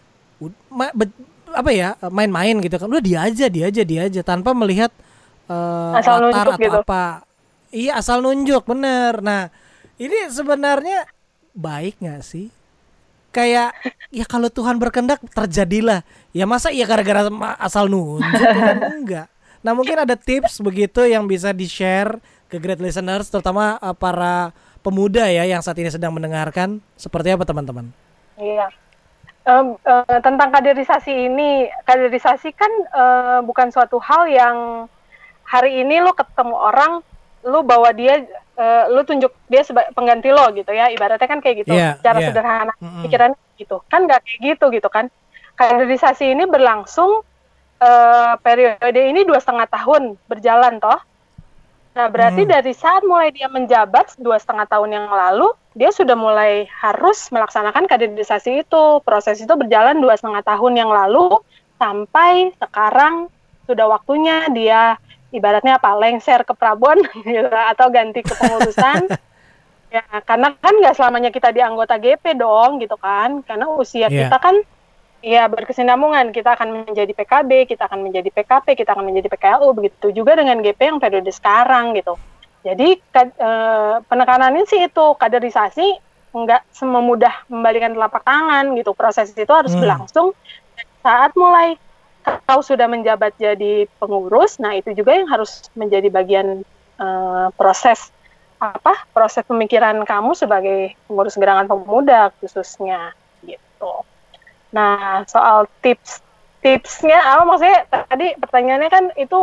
main-main gitu kan. Udah dia aja tanpa melihat asal latar nunjuk atau gitu. apa. Iya, asal nunjuk, bener. Nah, ini sebenarnya baik nggak sih? Kayak ya kalau Tuhan berkehendak terjadilah. Ya masa iya gara-gara asal nunjuk kan enggak. Nah, mungkin ada tips begitu yang bisa di-share ke great listeners, terutama para pemuda ya yang saat ini sedang mendengarkan. Seperti apa teman-teman? Iya. Tentang kaderisasi kan bukan suatu hal yang hari ini lo ketemu orang, lo bawa dia, lo tunjuk dia sebagai pengganti lo gitu ya, ibaratnya kan kayak gitu, cara sederhana pikirannya gitu, kan nggak kayak gitu kan. Kaderisasi ini berlangsung periode ini 2,5 tahun berjalan toh. Nah berarti dari saat mulai dia menjabat 2,5 tahun yang lalu, dia sudah mulai harus melaksanakan kaderisasi itu. Proses itu berjalan 2,5 tahun yang lalu sampai sekarang sudah waktunya dia ibaratnya lengser ke Prabon gitu, atau ganti ke pengurusan. Ya, karena kan nggak selamanya kita di anggota GP dong gitu kan, karena usia kita kan ya berkesinambungan, kita akan menjadi PKB, kita akan menjadi PKP, kita akan menjadi PKLU, begitu juga dengan GP yang periode sekarang gitu. Jadi penekanannya sih itu, kaderisasi nggak semudah membalikan telapak tangan gitu, proses itu harus berlangsung saat mulai kau sudah menjabat jadi pengurus. Nah itu juga yang harus menjadi bagian proses pemikiran kamu sebagai pengurus gerakan pemuda khususnya gitu. Nah soal tipsnya apa, maksudnya tadi pertanyaannya kan itu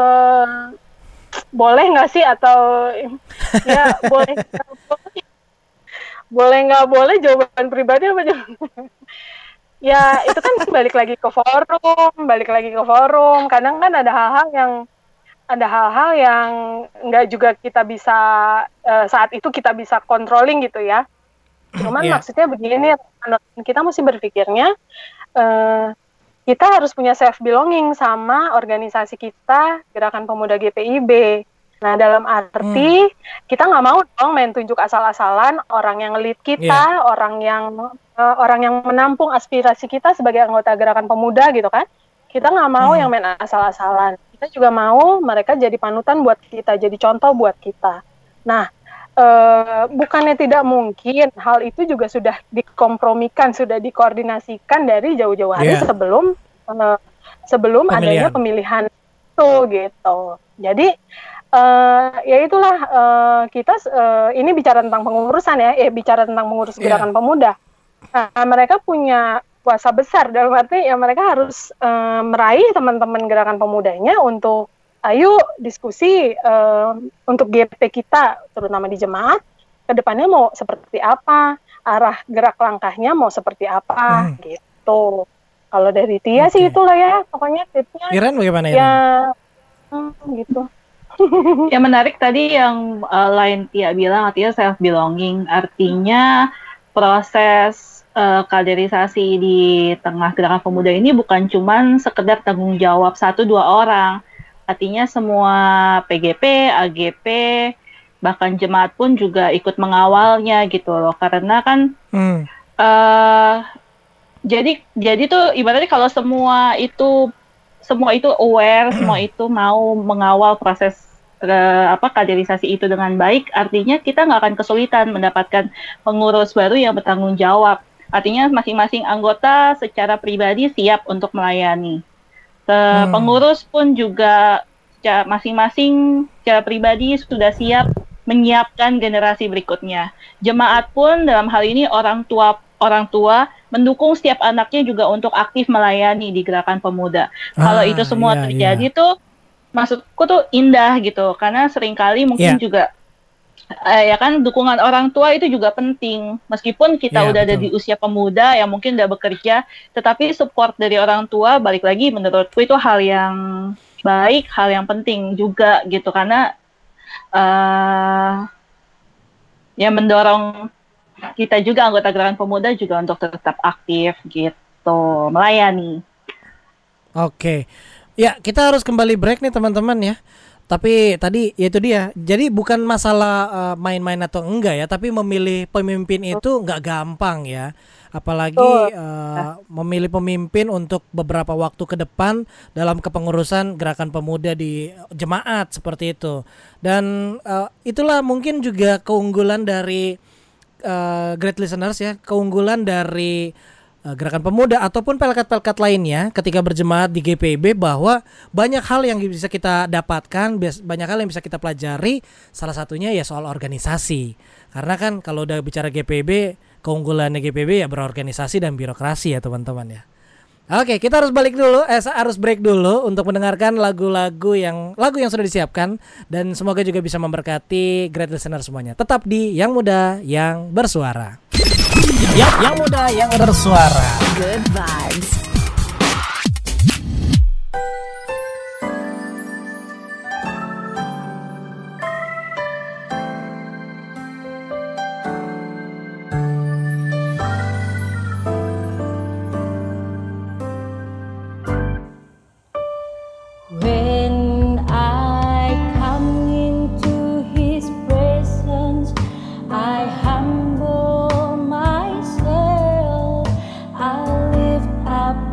boleh nggak sih atau ya boleh nggak boleh, jawaban pribadi apa jawaban ya itu kan balik lagi ke forum. Kadang kan ada hal-hal yang nggak juga kita bisa saat itu kita bisa controlling gitu ya. Cuman maksudnya begini, kita mesti berpikirnya kita harus punya self belonging sama organisasi kita, Gerakan Pemuda GPIB. Nah dalam arti kita nggak mau dong main tunjuk asal-asalan, orang yang lead kita, orang yang menampung aspirasi kita sebagai anggota Gerakan Pemuda gitu kan. Kita nggak mau yang main asal-asalan. Kita juga mau mereka jadi panutan buat kita, jadi contoh buat kita. Nah bukannya tidak mungkin, hal itu juga sudah dikompromikan, sudah dikoordinasikan dari jauh-jauh hari sebelum adanya pemilihan itu gitu. Jadi ya itulah kita ini bicara tentang pengurusan bicara tentang pengurus Gerakan Pemuda. Nah, mereka punya kuasa besar, dalam arti ya mereka harus meraih teman-teman Gerakan Pemudanya untuk ayo diskusi untuk GP kita, terutama di jemaat, ke depannya mau seperti apa, arah gerak langkahnya mau seperti apa gitu. Kalau dari Tia sih itulah ya, pokoknya tipsnya. Iren bagaimana ya? Gitu. Ya menarik tadi yang lain Tia bilang, artinya self belonging, artinya proses kaderisasi di tengah Gerakan Pemuda ini bukan cuman sekedar tanggung jawab 1-2 orang, artinya semua PGP, AGP, bahkan jemaat pun juga ikut mengawalnya gitu loh, karena kan jadi tuh ibaratnya kalau semua itu aware, semua itu mau mengawal proses kaderisasi itu dengan baik, artinya kita nggak akan kesulitan mendapatkan pengurus baru yang bertanggung jawab. Artinya masing-masing anggota secara pribadi siap untuk melayani. Pengurus pun juga masing-masing secara pribadi sudah siap menyiapkan generasi berikutnya. Jemaat pun dalam hal ini orang tua mendukung setiap anaknya juga untuk aktif melayani di Gerakan Pemuda. Kalau itu semua terjadi tuh, maksudku tuh indah gitu, karena seringkali mungkin juga ya kan dukungan orang tua itu juga penting. Meskipun kita udah ada di usia pemuda yang mungkin udah bekerja, tetapi support dari orang tua balik lagi menurutku itu hal yang baik, hal yang penting juga gitu, karena ya mendorong kita juga anggota Gerakan Pemuda juga untuk tetap aktif gitu, melayani. Oke. Ya, kita harus kembali break nih teman-teman ya. Tapi tadi ya itu dia. Jadi bukan masalah main-main atau enggak ya, tapi memilih pemimpin itu enggak gampang ya. Apalagi memilih pemimpin untuk beberapa waktu ke depan dalam kepengurusan Gerakan Pemuda di jemaat seperti itu. Dan itulah mungkin juga keunggulan dari Great Listeners ya, keunggulan dari Gerakan Pemuda ataupun pelkat-pelkat lainnya ketika berjemaat di GPIB, bahwa banyak hal yang bisa kita dapatkan, banyak hal yang bisa kita pelajari. Salah satunya ya soal organisasi. Karena kan kalau udah bicara GPIB, keunggulannya GPIB ya berorganisasi dan birokrasi ya teman-teman ya. Oke, kita harus harus break dulu untuk mendengarkan lagu yang sudah disiapkan, dan semoga juga bisa memberkati Great Listener semuanya. Tetap di Yang Muda Yang Bersuara. Yang Muda Yang Bersuara. Good vibes. When I come into His presence, I humble myself. I lift up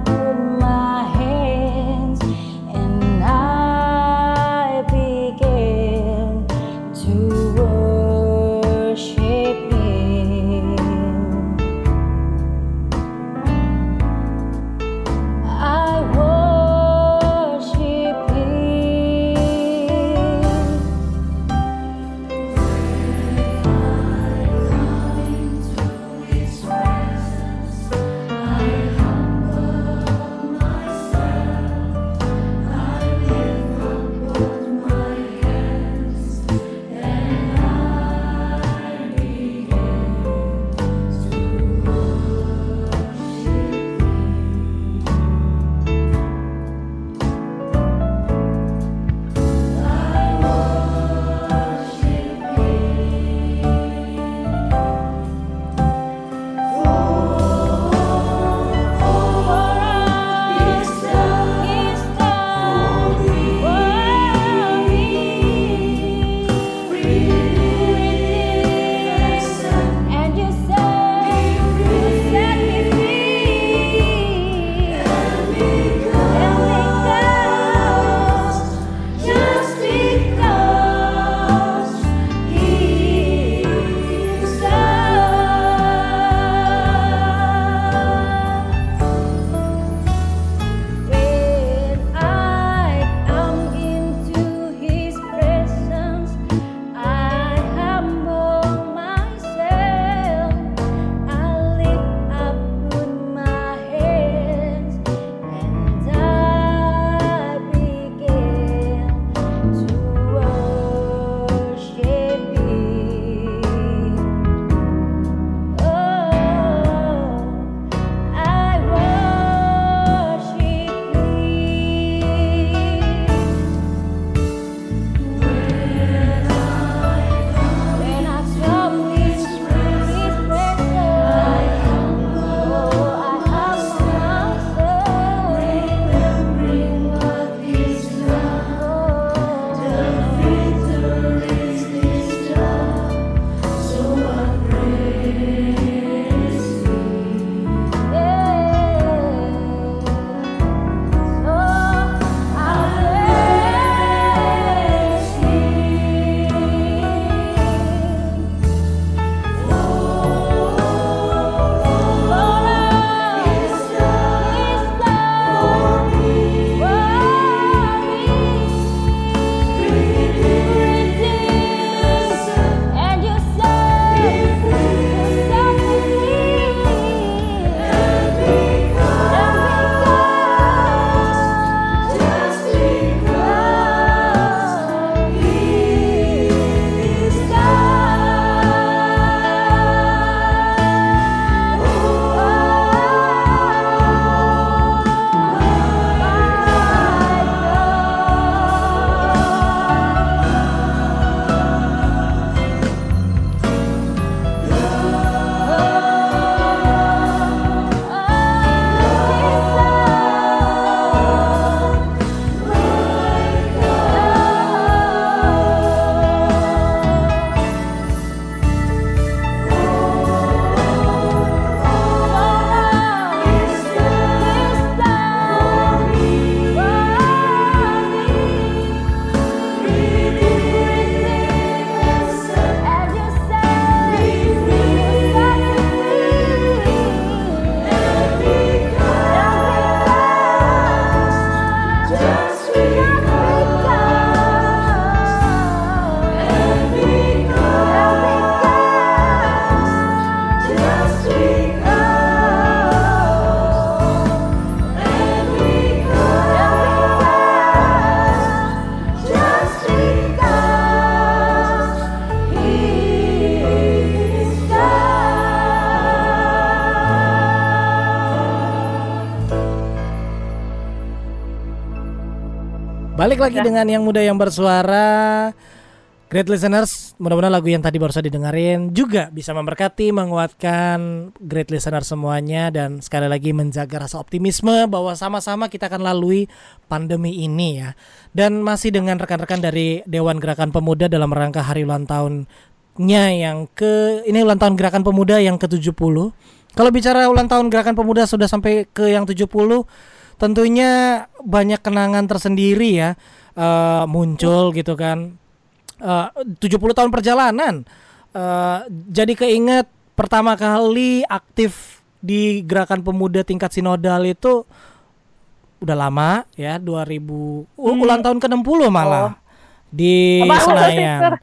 Balik lagi dengan Yang Muda Yang Bersuara. Great listeners, mudah-mudahan lagu yang tadi baru saja didengarin juga bisa memberkati, menguatkan great listener semuanya, dan sekali lagi menjaga rasa optimisme bahwa sama-sama kita akan lalui pandemi ini ya. Dan masih dengan rekan-rekan dari Dewan Gerakan Pemuda dalam rangka hari ulang tahunnya ini ulang tahun Gerakan Pemuda yang ke-70. Kalau bicara ulang tahun Gerakan Pemuda sudah sampai ke yang 70, tentunya banyak kenangan tersendiri ya muncul gitu kan. 70 tahun perjalanan, jadi keinget pertama kali aktif di Gerakan Pemuda tingkat sinodal itu udah lama ya, 2000 ulang tahun ke-60 malah di Senayan.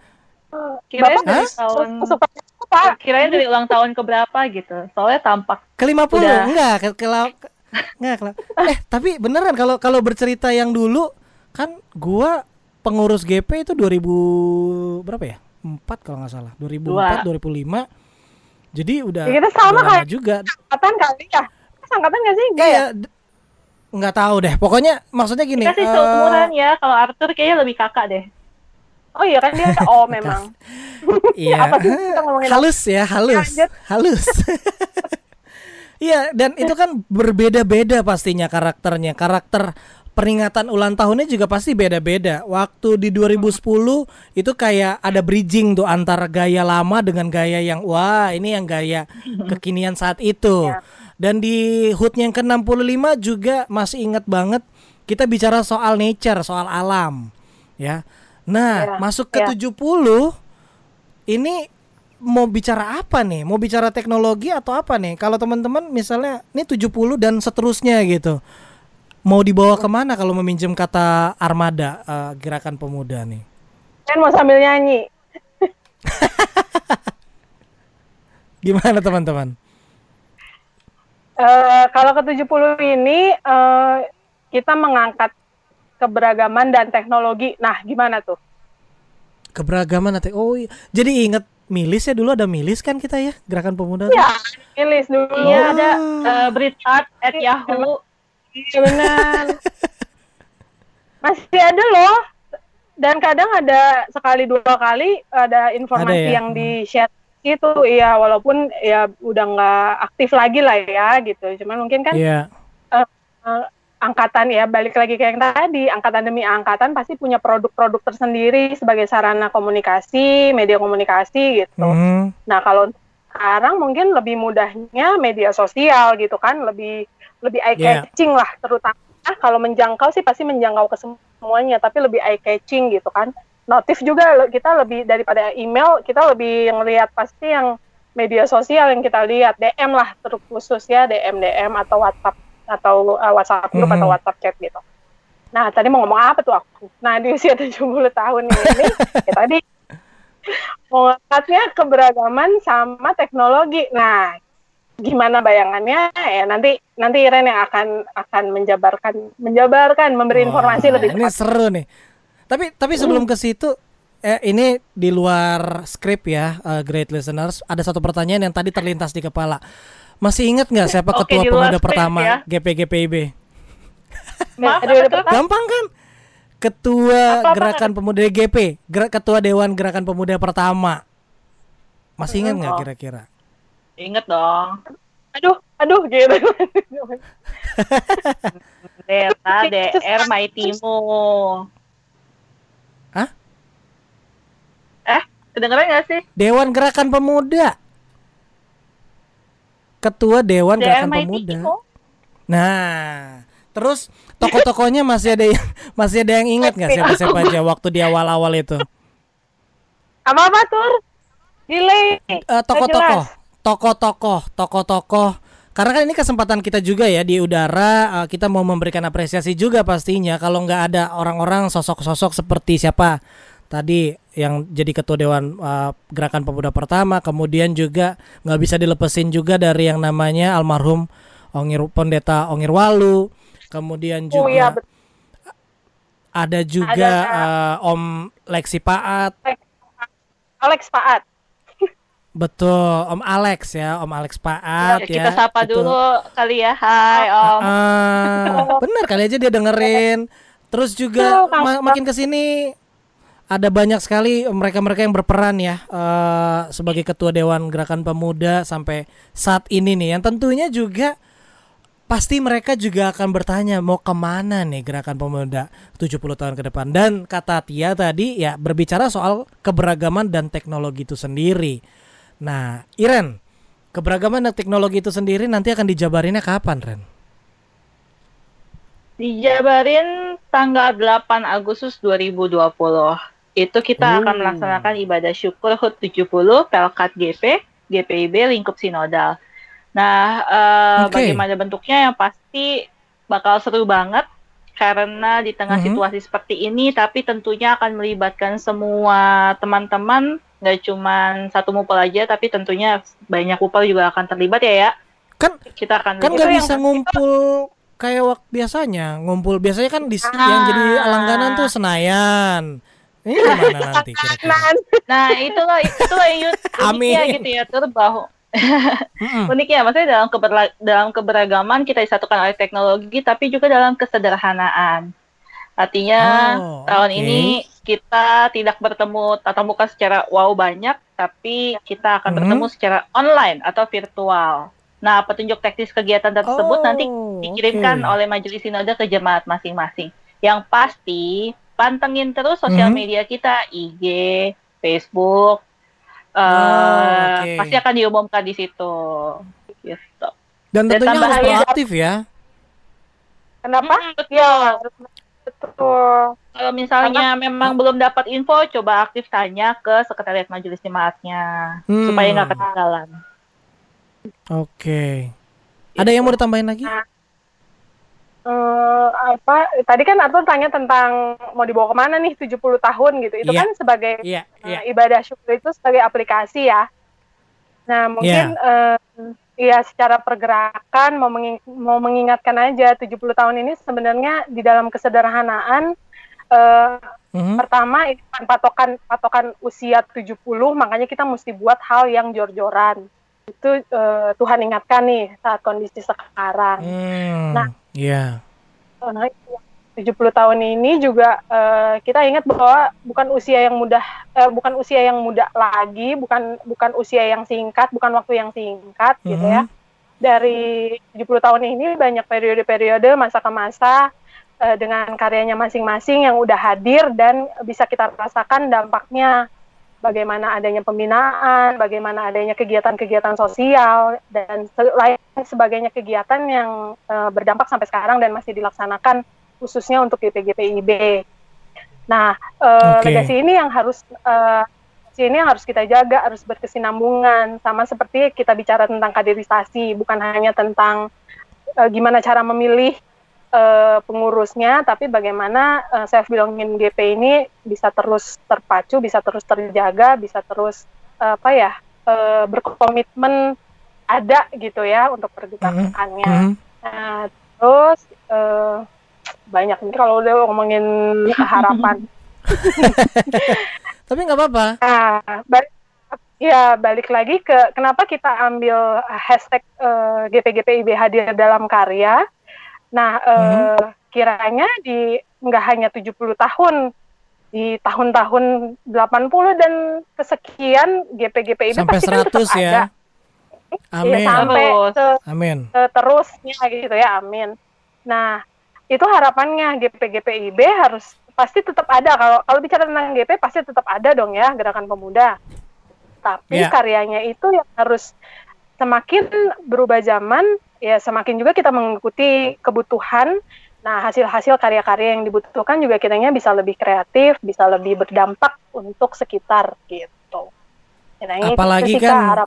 Kirain dari ulang tahun ke berapa gitu, soalnya tampak ke-50 enggak. Tapi beneran kalau bercerita yang dulu kan gua pengurus GP itu 2000 berapa ya? 4 kalau nggak salah. 2004, 2005. Jadi udah kita sama kayak juga. Angkatan kali ya? Angkatan nggak sih? Enggak ya? Nggak tahu deh. Pokoknya maksudnya gini. Kita sih seumuran ya. Kalau Arthur kayaknya lebih kakak deh. Oh iya kan dia memang. Iya. Halus ya, halus. Iya, dan itu kan berbeda-beda pastinya karakternya. Karakter peringatan ulang tahunnya juga pasti beda-beda. Waktu di 2010 itu kayak ada bridging tuh antara gaya lama dengan gaya yang ini yang gaya kekinian saat itu. Dan di HUT yang ke-65 juga masih ingat banget kita bicara soal nature, soal alam ya. Nah, masuk ke 70 ini mau bicara apa nih? Mau bicara teknologi atau apa nih? Kalau teman-teman misalnya ini 70 dan seterusnya gitu, mau dibawa kemana kalau meminjam kata armada Gerakan Pemuda nih? Kan mau sambil nyanyi. Gimana teman-teman? Kalau ke-70 ini kita mengangkat keberagaman dan teknologi. Nah, gimana tuh? Keberagaman nanti. Oh, iya. Jadi ingat milis ya, dulu ada milis kan kita ya, Gerakan Pemuda. Iya, milis dulu. Iya, ada @yahoo. Iya benar. Masih ada loh. Dan kadang ada sekali dua kali ada informasi yang di-share itu, iya, walaupun ya udah nggak aktif lagi lah ya gitu. Cuman mungkin kan angkatan ya, balik lagi kayak yang tadi, angkatan demi angkatan pasti punya produk-produk tersendiri sebagai sarana komunikasi, media komunikasi gitu. Nah kalau sekarang mungkin lebih mudahnya media sosial gitu kan, lebih eye catching lah, terutama kalau menjangkau sih pasti menjangkau ke semuanya, tapi lebih eye catching gitu kan. Notif juga kita lebih daripada email, kita lebih ngelihat pasti yang media sosial yang kita lihat, DM lah terkhusus ya, DM atau WhatsApp atau WhatsApp group atau WhatsApp chat gitu. Nah tadi mau ngomong apa tuh aku? Nah di usia 70 tahun ini ya tadi mengangkatnya keberagaman sama teknologi. Nah gimana bayangannya ya, nanti Iren yang akan menjabarkan memberi informasi lebih ini tepat. Seru nih. Tapi sebelum ke situ ini di luar skrip ya, great listeners, ada satu pertanyaan yang tadi terlintas di kepala. Masih ingat nggak siapa ketua pemuda pertama ya? GPGPIB? Gampang kan? Ketua Gerakan Pemuda GP, Ketua Dewan Gerakan Pemuda pertama. Masih ingat nggak kira-kira? Ingat dong. Aduh gitu. Deta DR Maitimu. Hah? Kedengeran nggak sih? Dewan Gerakan Pemuda. Ketua Dewan Gerakan Pemuda. Nah, terus tokoh-tokohnya masih ada yang ingat nggak siapa-siapa aja waktu di awal-awal itu? Apa Tur? Delay. Tokoh-tokoh. Karena kan ini kesempatan kita juga ya di udara, kita mau memberikan apresiasi juga pastinya. Kalau nggak ada orang-orang sosok-sosok seperti siapa tadi yang jadi ketua Dewan Gerakan Pemuda pertama, kemudian juga nggak bisa dilepesin juga dari yang namanya almarhum Pendeta Ongir Walu, kemudian juga ada juga Om Lexi Paat. Alex Paat. Betul, Om Alex ya, Om Alex Paat ya. Kita sapa dulu kali ya, hai Om. Bener kali aja dia dengerin. Terus juga makin kesini ada banyak sekali mereka-mereka yang berperan ya sebagai ketua Dewan Gerakan Pemuda sampai saat ini nih, yang tentunya juga pasti mereka juga akan bertanya mau kemana nih Gerakan Pemuda 70 tahun ke depan. Dan kata Tia tadi ya berbicara soal keberagaman dan teknologi itu sendiri. Nah, Iren, keberagaman dan teknologi itu sendiri nanti akan dijabarinnya kapan, Ren? Dijabarin tanggal 8 Agustus 2020. Itu kita akan melaksanakan ibadah syukur HUT 70 Pelkat GPIB Lingkup Sinodal. Nah, bagaimana bentuknya yang pasti bakal seru banget karena di tengah situasi seperti ini, tapi tentunya akan melibatkan semua teman-teman, nggak cuma satu mupel aja, tapi tentunya banyak mupel juga akan terlibat ya. Kan kita akan nggak bisa ngumpul kayak biasanya. Ngumpul biasanya kan yang jadi langganan tuh Senayan. Ini gimana nanti kira-kira? Nah, itulah yang uniknya gitu ya, uniknya maksudnya dalam keberagaman kita disatukan oleh teknologi, tapi juga dalam kesederhanaan. Artinya tahun ini kita tidak bertemu tatap muka secara banyak, tapi kita akan bertemu secara online atau virtual. Nah, petunjuk teknis kegiatan tersebut nanti dikirimkan oleh Majelis Sinode ke jemaat masing-masing. Yang pasti pantengin terus sosial media kita, IG, Facebook. Pasti akan diumumkan di situ gitu. Dan tentunya harus proaktif ya. Kenapa? Ya, betul. Kalau misalnya memang belum dapat info, coba aktif tanya ke sekretariat majelis jemaatnya supaya nggak ketinggalan. Oke. Ada yang mau ditambahin lagi? Tadi kan Arthur tanya tentang mau dibawa kemana nih 70 tahun gitu. Itu kan sebagai ibadah syukur itu sebagai aplikasi ya. Nah mungkin secara pergerakan mau mengingatkan aja 70 tahun ini sebenarnya di dalam kesederhanaan. Pertama itu patokan usia 70, makanya kita mesti buat hal yang jor-joran. Itu Tuhan ingatkan nih saat kondisi sekarang. Nah 70 tahun ini juga kita ingat bahwa bukan usia yang muda lagi, bukan usia yang singkat, bukan waktu yang singkat gitu ya. Dari 70 tahun ini banyak periode-periode masa ke masa dengan karyanya masing-masing yang udah hadir dan bisa kita rasakan dampaknya. Bagaimana adanya pembinaan, bagaimana adanya kegiatan-kegiatan sosial, dan lain sebagainya kegiatan yang berdampak sampai sekarang dan masih dilaksanakan khususnya untuk GPGPIB. Nah, legasi ini yang harus kita jaga, harus berkesinambungan, sama seperti kita bicara tentang kaderisasi, bukan hanya tentang gimana cara memilih pengurusnya, tapi bagaimana self belonging GP ini bisa terus terpacu, bisa terus terjaga, bisa terus berkomitmen ada gitu ya untuk pergerakannya. Nah, terus banyak nih kalau udah ngomongin harapan. Tapi nggak apa-apa. Balik lagi ke kenapa kita ambil hashtag GPGPIB hadir dalam karya. Nah, kiranya nggak hanya 70 tahun, di tahun-tahun 80 dan kesekian GPGPIB sampai pasti 100 kan tetap ya. ada. Amin. Sampai seterusnya gitu ya, amin. Nah, itu harapannya GPGPIB harus pasti tetap ada. Kalau bicara tentang GP pasti tetap ada dong ya, Gerakan Pemuda. Tapi karyanya itu yang harus semakin berubah zaman, ya semakin juga kita mengikuti kebutuhan. Nah, hasil-hasil karya-karya yang dibutuhkan juga kitanya bisa lebih kreatif, bisa lebih berdampak untuk sekitar gitu. Nah, apalagi kan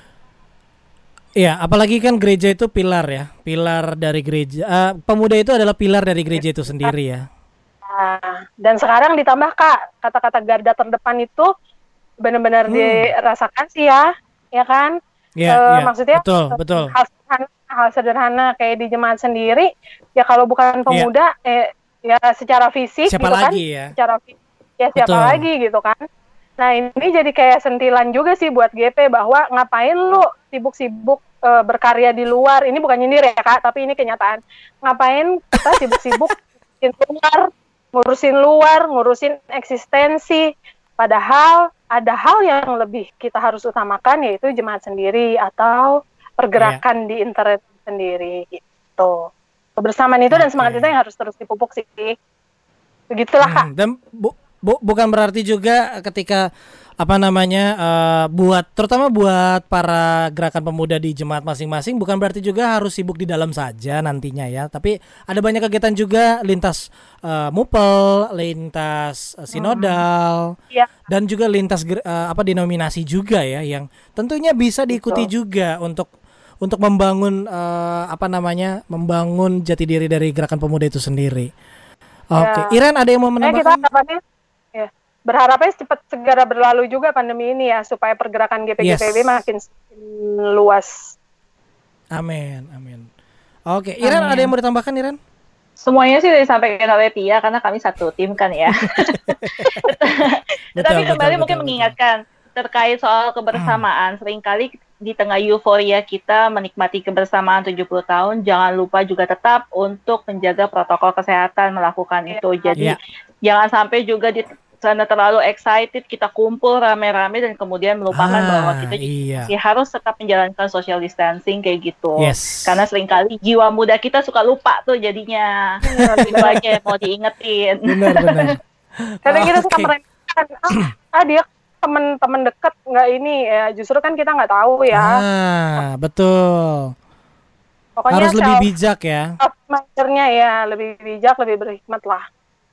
apalagi kan gereja itu pilar ya, pilar dari gereja. Pemuda itu adalah pilar dari gereja itu sendiri ya. Nah, dan sekarang ditambah kata-kata garda terdepan itu benar-benar dirasakan sih ya kan? Maksudnya betul. Hal sederhana kayak di jemaat sendiri ya, kalau bukan pemuda ya secara fisik siapa gitu lagi kan, ya? Secara fisik ya siapa lagi gitu kan. Nah, ini jadi kayak sentilan juga sih buat GP bahwa ngapain lu sibuk-sibuk berkarya di luar. Ini bukan nyindir ya Kak, tapi ini kenyataan. Ngapain kita sibuk-sibuk di luar ngurusin luar, ngurusin eksistensi. Padahal ada hal yang lebih kita harus utamakan, yaitu jemaat sendiri atau pergerakan di internet sendiri gitu. Kebersamaan itu dan semangat itu yang harus terus dipupuk sih. Begitulah Kak. Dan bukan berarti juga ketika terutama buat para gerakan pemuda di jemaat masing-masing, bukan berarti juga harus sibuk di dalam saja nantinya ya. Tapi ada banyak kegiatan juga lintas mupel, lintas sinodal, dan juga lintas denominasi juga ya, yang tentunya bisa diikuti juga untuk membangun membangun jati diri dari gerakan pemuda itu sendiri. Oke. Iren, ada yang mau menambahkan? Berharapnya cepat segera berlalu juga pandemi ini ya, supaya pergerakan GPGPB makin luas. Amin. Oke, Iren, ada yang mau ditambahkan, Iren? Semuanya sih sudah disampaikan oleh Tia, karena kami satu tim kan ya. Tetapi kembali mungkin mengingatkan terkait soal kebersamaan. Seringkali di tengah euforia kita menikmati kebersamaan 70 tahun, jangan lupa juga tetap untuk menjaga protokol kesehatan, melakukan itu. Jadi jangan sampai juga di sana terlalu excited, kita kumpul rame-rame dan kemudian melupakan bahwa kita juga harus tetap menjalankan social distancing kayak gitu. Karena seringkali jiwa muda kita suka lupa tuh jadinya. Itu aja yang mau diingetin. Benar. Karena kita suka meremehkan, dia teman-teman dekat nggak ini ya, justru kan kita nggak tahu ya. Betul. Pokoknya harus lebih bijak ya. Masternya ya lebih bijak, lebih berhikmat lah.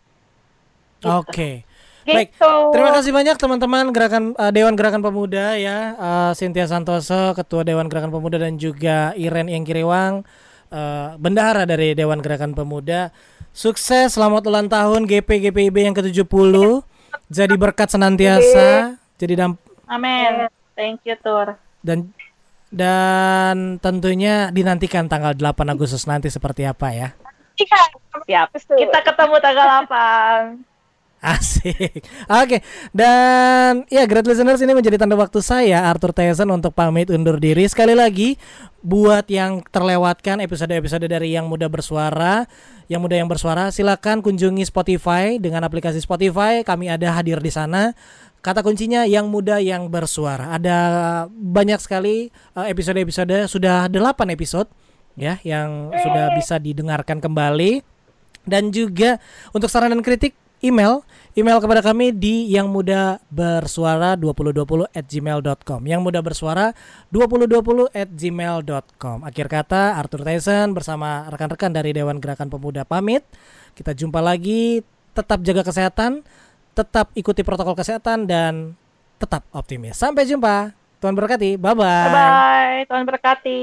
Oke. Baik, terima kasih banyak teman-teman Dewan Gerakan Pemuda ya, Cynthia Santoso, Ketua Dewan Gerakan Pemuda, dan juga Iren Yengkiriwang, Bendahara dari Dewan Gerakan Pemuda. Sukses, selamat ulang tahun GPIB yang ke-70. Jadi berkat senantiasa, Amin. Thank you, Tur. Dan tentunya dinantikan tanggal 8 Agustus nanti seperti apa ya. Siap. Kita ketemu tanggal 8. Asik. Oke. Dan ya, great listeners, ini menjadi tanda waktu saya Arthur Tyson untuk pamit undur diri. Sekali lagi, buat yang terlewatkan episode-episode dari Yang Muda Bersuara, Yang Muda Yang Bersuara, silakan kunjungi Spotify. Dengan aplikasi Spotify, kami ada hadir di sana. Kata kuncinya Yang Muda Yang Bersuara. Ada banyak sekali episode-episode, sudah 8 episode ya yang sudah bisa didengarkan kembali. Dan juga untuk saran dan kritik, email kepada kami di yangmudabersuara2020@gmail.com. yangmudabersuara2020@gmail.com. Akhir kata, Arthur Tyson bersama rekan-rekan dari Dewan Gerakan Pemuda pamit. Kita jumpa lagi. Tetap jaga kesehatan, tetap ikuti protokol kesehatan, dan tetap optimis. Sampai jumpa. Tuhan berkati. Bye-bye. Bye-bye. Tuhan berkati.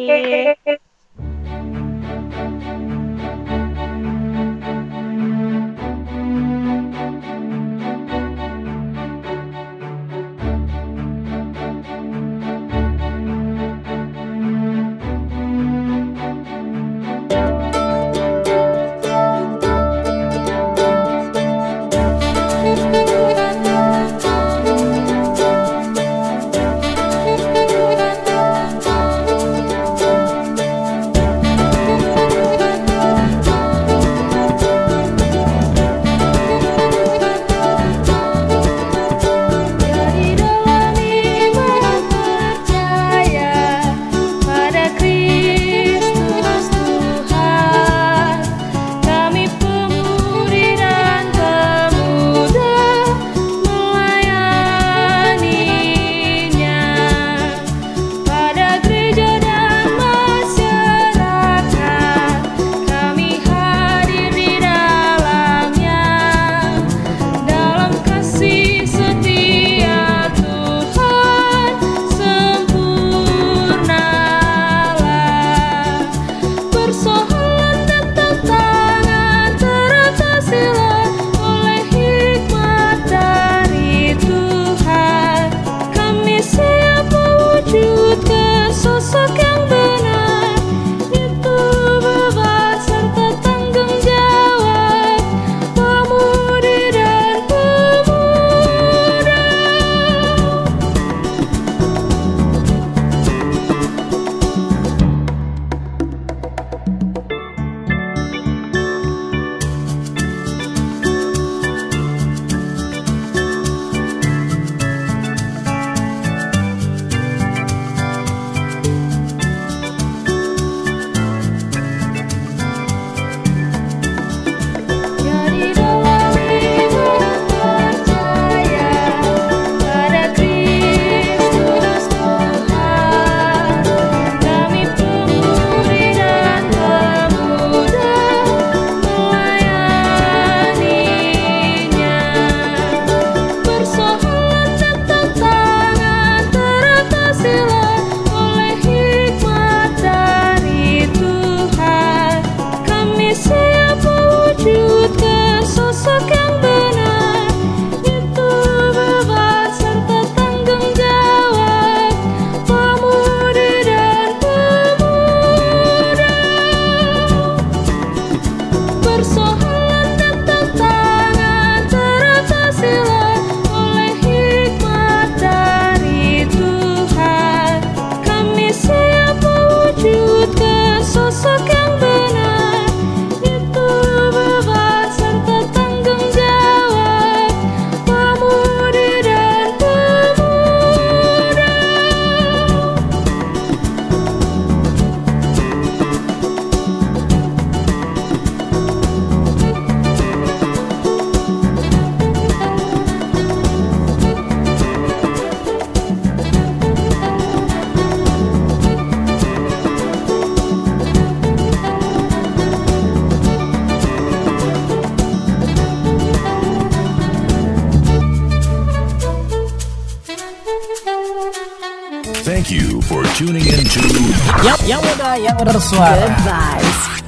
Thank you for tuning in to yang muda yang bersuara. Good vibes.